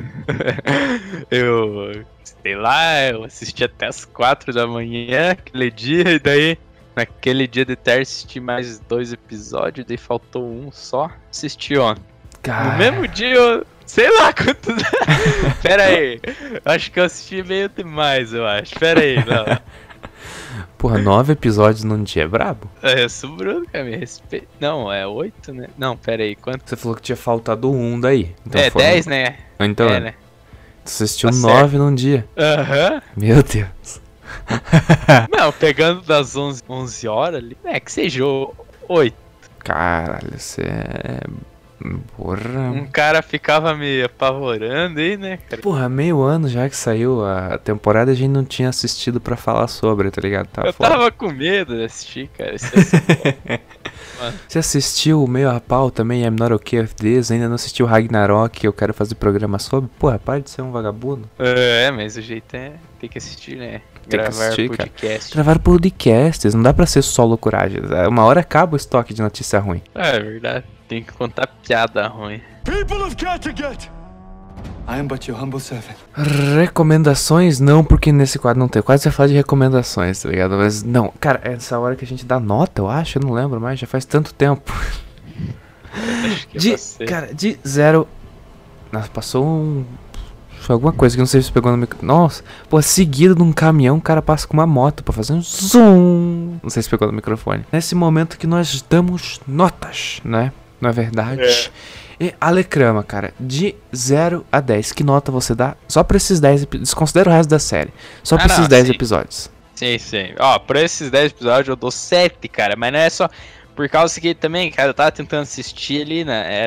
Eu assisti até as 4 da manhã, aquele dia, e daí... Naquele dia de tarde assisti mais 2 episódios, daí faltou um só. Assisti ontem. Cara... No mesmo dia eu... Sei lá quanto... Pera aí. Acho que eu assisti meio demais, eu acho. Pera aí, não. Porra, 9 episódios num dia é brabo? Eu sou Bruno, cara, me respeita. Não, é 8, né? Não, pera aí, quanto? Você falou que tinha faltado 1 daí. Então 10, né? Então, né? Você assistiu 9 num dia. Meu Deus. Não, pegando das 11 horas ali, que seja 8. Caralho, você é... Porra. Um cara ficava me apavorando aí, né, cara? Porra, meio ano já que saiu a temporada, a gente não tinha assistido pra falar sobre, tá ligado? Eu tava com medo de assistir, cara. Você assistiu o Meio a Pau também, I'm Not Okay With This? Ainda não assistiu Ragnarok, que eu quero fazer programa sobre? Porra, para de ser um vagabundo. Mas o jeito é... Tem que assistir, né? Gravar podcast. Gravar podcasts, não dá pra ser só loucuragem. Uma hora acaba o estoque de notícia ruim. É verdade. Tem que contar piada ruim. People of Kattegat! I am but your humble servant. Recomendações? Não, porque nesse quadro não tem. Quase ia falar de recomendações, tá ligado? Mas não, cara, é essa hora que a gente dá nota, eu acho. Eu não lembro mais, já faz tanto tempo. Acho que cara, de 0... Nossa, passou alguma coisa que não sei se pegou no microfone. Nossa, pô, seguido de um caminhão, o cara passa com uma moto pra fazer um zoom. Não sei se pegou no microfone. Nesse momento que nós damos notas, né? Não é verdade? E Alecrama, cara, de 0 a 10, que nota você dá? Só pra esses 10 episódios. Desconsidera o resto da série. Só pra esses 10 episódios. Sim. Ó, pra esses 10 episódios eu dou 7, cara. Mas não é só... Por causa que também, cara, eu tava tentando assistir ali, né? Era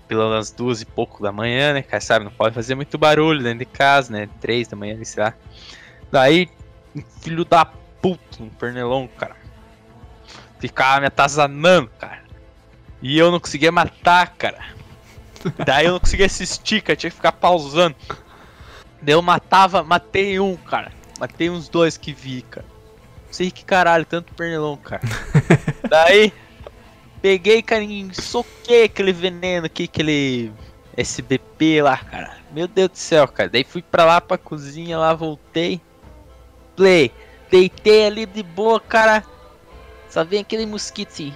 pelas 2 e pouco da manhã, né, cara, sabe, não pode fazer muito barulho dentro de casa, né, 3 da manhã, sei lá. Daí, um filho da puta, um pernilongo, cara, ficava me atazanando, cara, e eu não conseguia matar, cara. Daí eu não conseguia assistir, cara, tinha que ficar pausando. Daí eu matei um, cara, matei uns 2 que vi, cara. Não sei que caralho, tanto pernilongo, cara. Daí, peguei, cara, e soquei aquele veneno aqui, aquele SBP lá, cara. Meu Deus do céu, cara. Daí fui pra lá, pra cozinha, lá voltei. Deitei ali de boa, cara. Só vem aquele mosquito assim.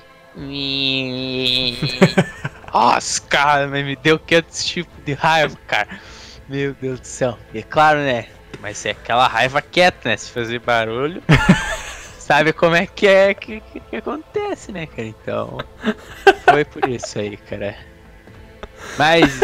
Nossa, cara, mas me deu que tipo de raiva, cara. Meu Deus do céu. E é claro, né? Mas é aquela raiva quieta, né? Se fazer barulho... Sabe como é que acontece, né, cara? Então, foi por isso aí, cara. Mas...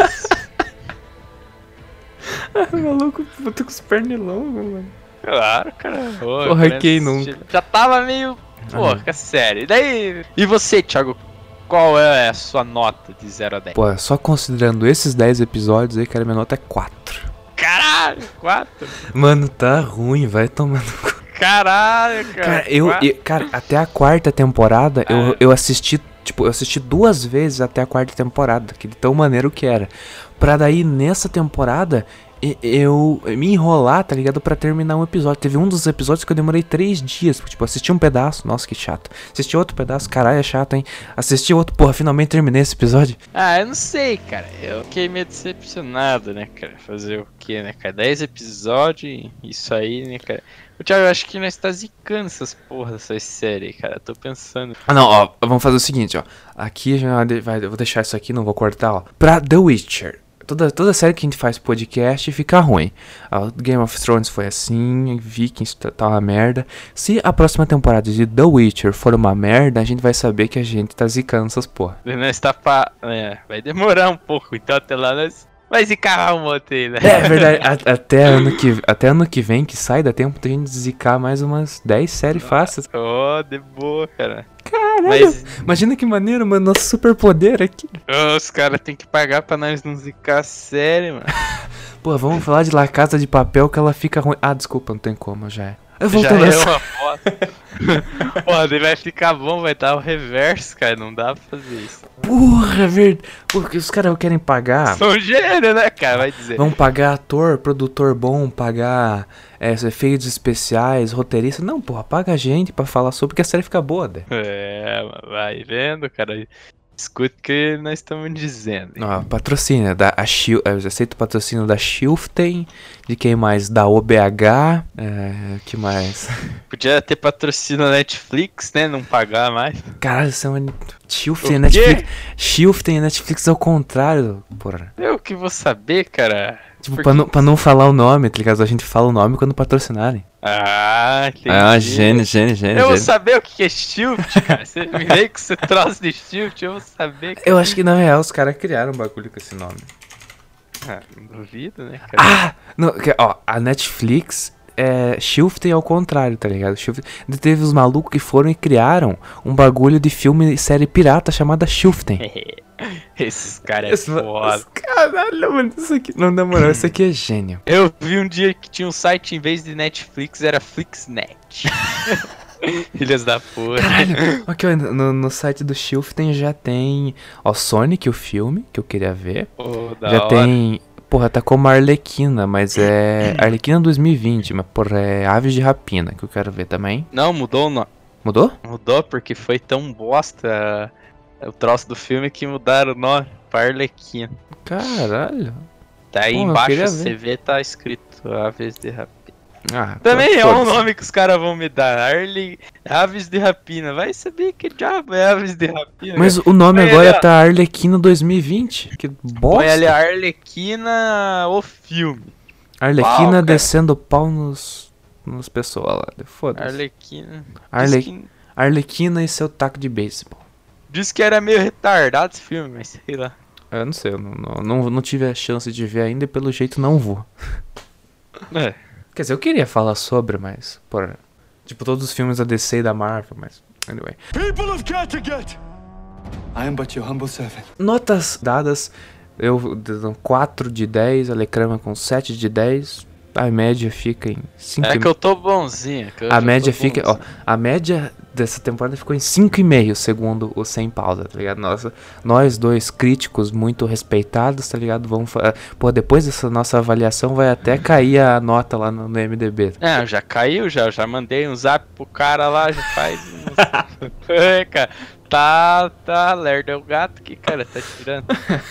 Maluco, puta com os pernilongos, mano. Claro, cara. Porra, quem nunca? Já tava meio... Pô, fica sério. E daí... E você, Thiago? Qual é a sua nota de 0 a 10? Pô, só considerando esses 10 episódios aí, cara, minha nota é 4. Caralho, 4? Mano, tá ruim, vai tomando... Caralho, cara. Cara, até a 4ª temporada, eu assisti, tipo, eu assisti 2 vezes até a 4ª temporada, que de tão maneiro que era. Pra daí, nessa temporada, eu me enrolar, tá ligado? Pra terminar um episódio. Teve um dos episódios que eu demorei 3 dias, tipo, assisti um pedaço, nossa, que chato. Assisti outro pedaço, caralho, é chato, hein? Assisti outro, porra, finalmente terminei esse episódio. Ah, eu não sei, cara. Eu fiquei meio decepcionado, né, cara? Fazer o quê, né, cara? 10 episódios, isso aí, né, cara? Thiago, eu acho que nós tá zicando essas porra dessas séries, cara. Eu tô pensando. Ah, não, ó, vamos fazer o seguinte, ó. Aqui já eu vou deixar isso aqui, não vou cortar, ó. Pra The Witcher. Toda série que a gente faz podcast fica ruim. Game of Thrones foi assim, Vikings tá uma merda. Se a próxima temporada de The Witcher for uma merda, a gente vai saber que a gente tá zicando essas porra. Nós tá vai demorar um pouco, então até lá nós vai zicar um monte aí, né? É verdade, até ano que vem, que sai, dá tempo de a gente zicar mais umas 10 séries fáceis. Oh, de boa, cara. Caralho, imagina que maneiro, mano, nosso superpoder aqui. Os caras tem que pagar pra nós não zicar a série, mano. Pô, vamos falar de La Casa de Papel que ela fica ruim. Ah, desculpa, não tem como, já é. Já é uma foto. Pô, daí vai ficar bom, vai dar o reverso, cara. Não dá pra fazer isso. Porra, verdade. Porque os caras querem pagar. São gênio, né, cara? Vai dizer. Vão pagar ator, produtor bom, pagar efeitos especiais, roteirista. Não, porra, paga a gente pra falar sobre que a série fica boa, né? Vai vendo, cara. Escuta o que nós estamos dizendo. Ó, patrocínio eu aceito o patrocínio da Shiften, de quem mais? Da OBH, que mais? Podia ter patrocínio na Netflix, né? Não pagar mais. Caralho, isso é uma... Shiften e Netflix. Shiften e Netflix é o contrário, porra. Eu que vou saber, cara. Tipo, pra não falar o nome, tá ligado? A gente fala o nome quando patrocinarem. Ah, entendi. Ah, gênio. Eu vou saber o que é Shift, cara. Você me veio com esse troço de Shift, eu vou saber. Cara. Eu acho que na real os caras criaram um bagulho com esse nome. Ah, não duvido, né, cara? Ah! Não, ó, a Netflix Shiften ao contrário, tá ligado? Teve os malucos que foram e criaram um bagulho de filme e série pirata chamada Shiften. Esses caras é foda. Caralho, mano, isso aqui. Não, na moral, isso aqui é gênio. Eu vi um dia que tinha um site, em vez de Netflix, era Flixnet. Filhas da porra. Caralho, aqui, ó, no site do Shiften já tem, ó, Sonic, o filme, que eu queria ver. Já tem. Porra, tá como Arlequina, mas é Arlequina 2020, mas porra, é Aves de Rapina, que eu quero ver também. Não, mudou o nome. Mudou? Mudou porque foi tão bosta o troço do filme que mudaram o nome pra Arlequina. Caralho. Daí embaixo do CV tá escrito Aves de Rapina. Ah, também é um nome que os caras vão me dar. Aves de Rapina. Vai saber que diabo é Aves de Rapina. Mas o nome agora tá Arlequina 2020. Que bosta. Põe ali Arlequina, o filme. Arlequina descendo o pau nos pessoas lá. Foda-se. Arlequina e seu taco de beisebol. Diz que era meio retardado esse filme, mas sei lá. Eu não sei, eu não tive a chance de ver ainda e pelo jeito não vou. Quer dizer, eu queria falar sobre, mas... Porra, tipo, todos os filmes da DC e da Marvel, mas... Anyway. People of Kattegat, I am but your humble servant. Notas dadas Eu dando 4 de 10, a Lecrama com 7 de 10. A média fica em 5. É que eu tô bonzinho. A média fica, ó, a média dessa temporada ficou em 5,5 segundo o Sem Pausa, tá ligado? Nós dois críticos muito respeitados, tá ligado? Pô, depois dessa nossa avaliação vai até cair a nota lá no MDB. Já caiu, já mandei um zap pro cara lá, já faz é, cara, tá lerdo, é o gato que, cara, tá tirando.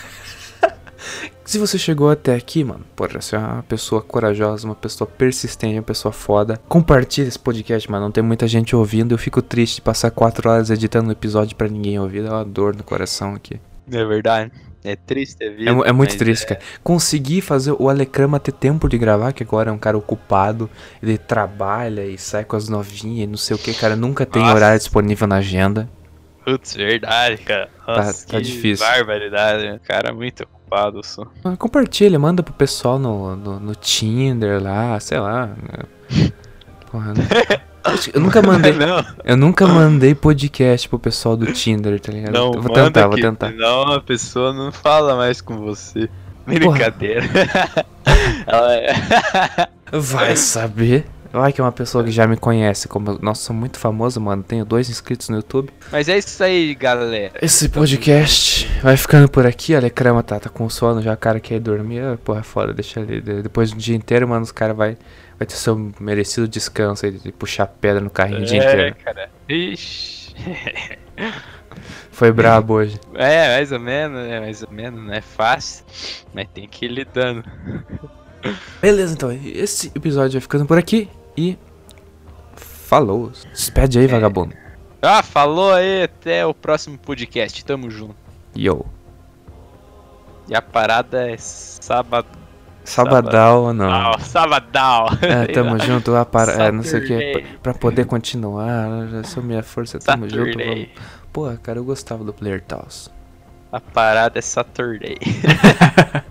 Se você chegou até aqui, mano, porra, você é uma pessoa corajosa, uma pessoa persistente, uma pessoa foda. Compartilha esse podcast, mano, não tem muita gente ouvindo. Eu fico triste de passar 4 horas editando um episódio pra ninguém ouvir. Dá uma dor no coração aqui. É verdade. É triste a vida. É muito triste, cara. Consegui fazer o Alecrama ter tempo de gravar, que agora é um cara ocupado. Ele trabalha e sai com as novinhas e não sei o que, cara. Nunca tem horário disponível na agenda. Putz, verdade, cara. Nossa, tá difícil. Barbaridade, cara, muito ocupado só. Compartilha, manda pro pessoal no Tinder lá, sei lá. Porra, eu nunca mandei. Eu nunca mandei podcast pro pessoal do Tinder, tá ligado? Não, vou tentar. Não, a pessoa não fala mais com você. Brincadeira. Vai saber. Ai, que é uma pessoa que já me conhece. Nossa, sou muito famoso, mano. Tenho 2 inscritos no YouTube. Mas é isso aí, galera. Esse podcast vai ficando por aqui. A Alecrama tá com sono já. O cara quer ir dormir. Porra, foda, deixa ele. Depois do dia inteiro, mano, os caras vai ter seu merecido descanso aí de puxar pedra no carrinho o dia inteiro. Cara. Ixi. Foi brabo hoje. Mais ou menos, não é fácil. Mas tem que ir lidando. Beleza, então. Esse episódio vai ficando por aqui. E falou. Despede aí, vagabundo. Falou aí. Até o próximo podcast. Tamo junto. Yo. E a parada é Sabadão ou não? Sabadão. Tamo junto. Não sei o que. Pra poder continuar. Sou minha força. Tamo junto. Vamos. Porra, cara, eu gostava do Player Taos. A parada é Saturday.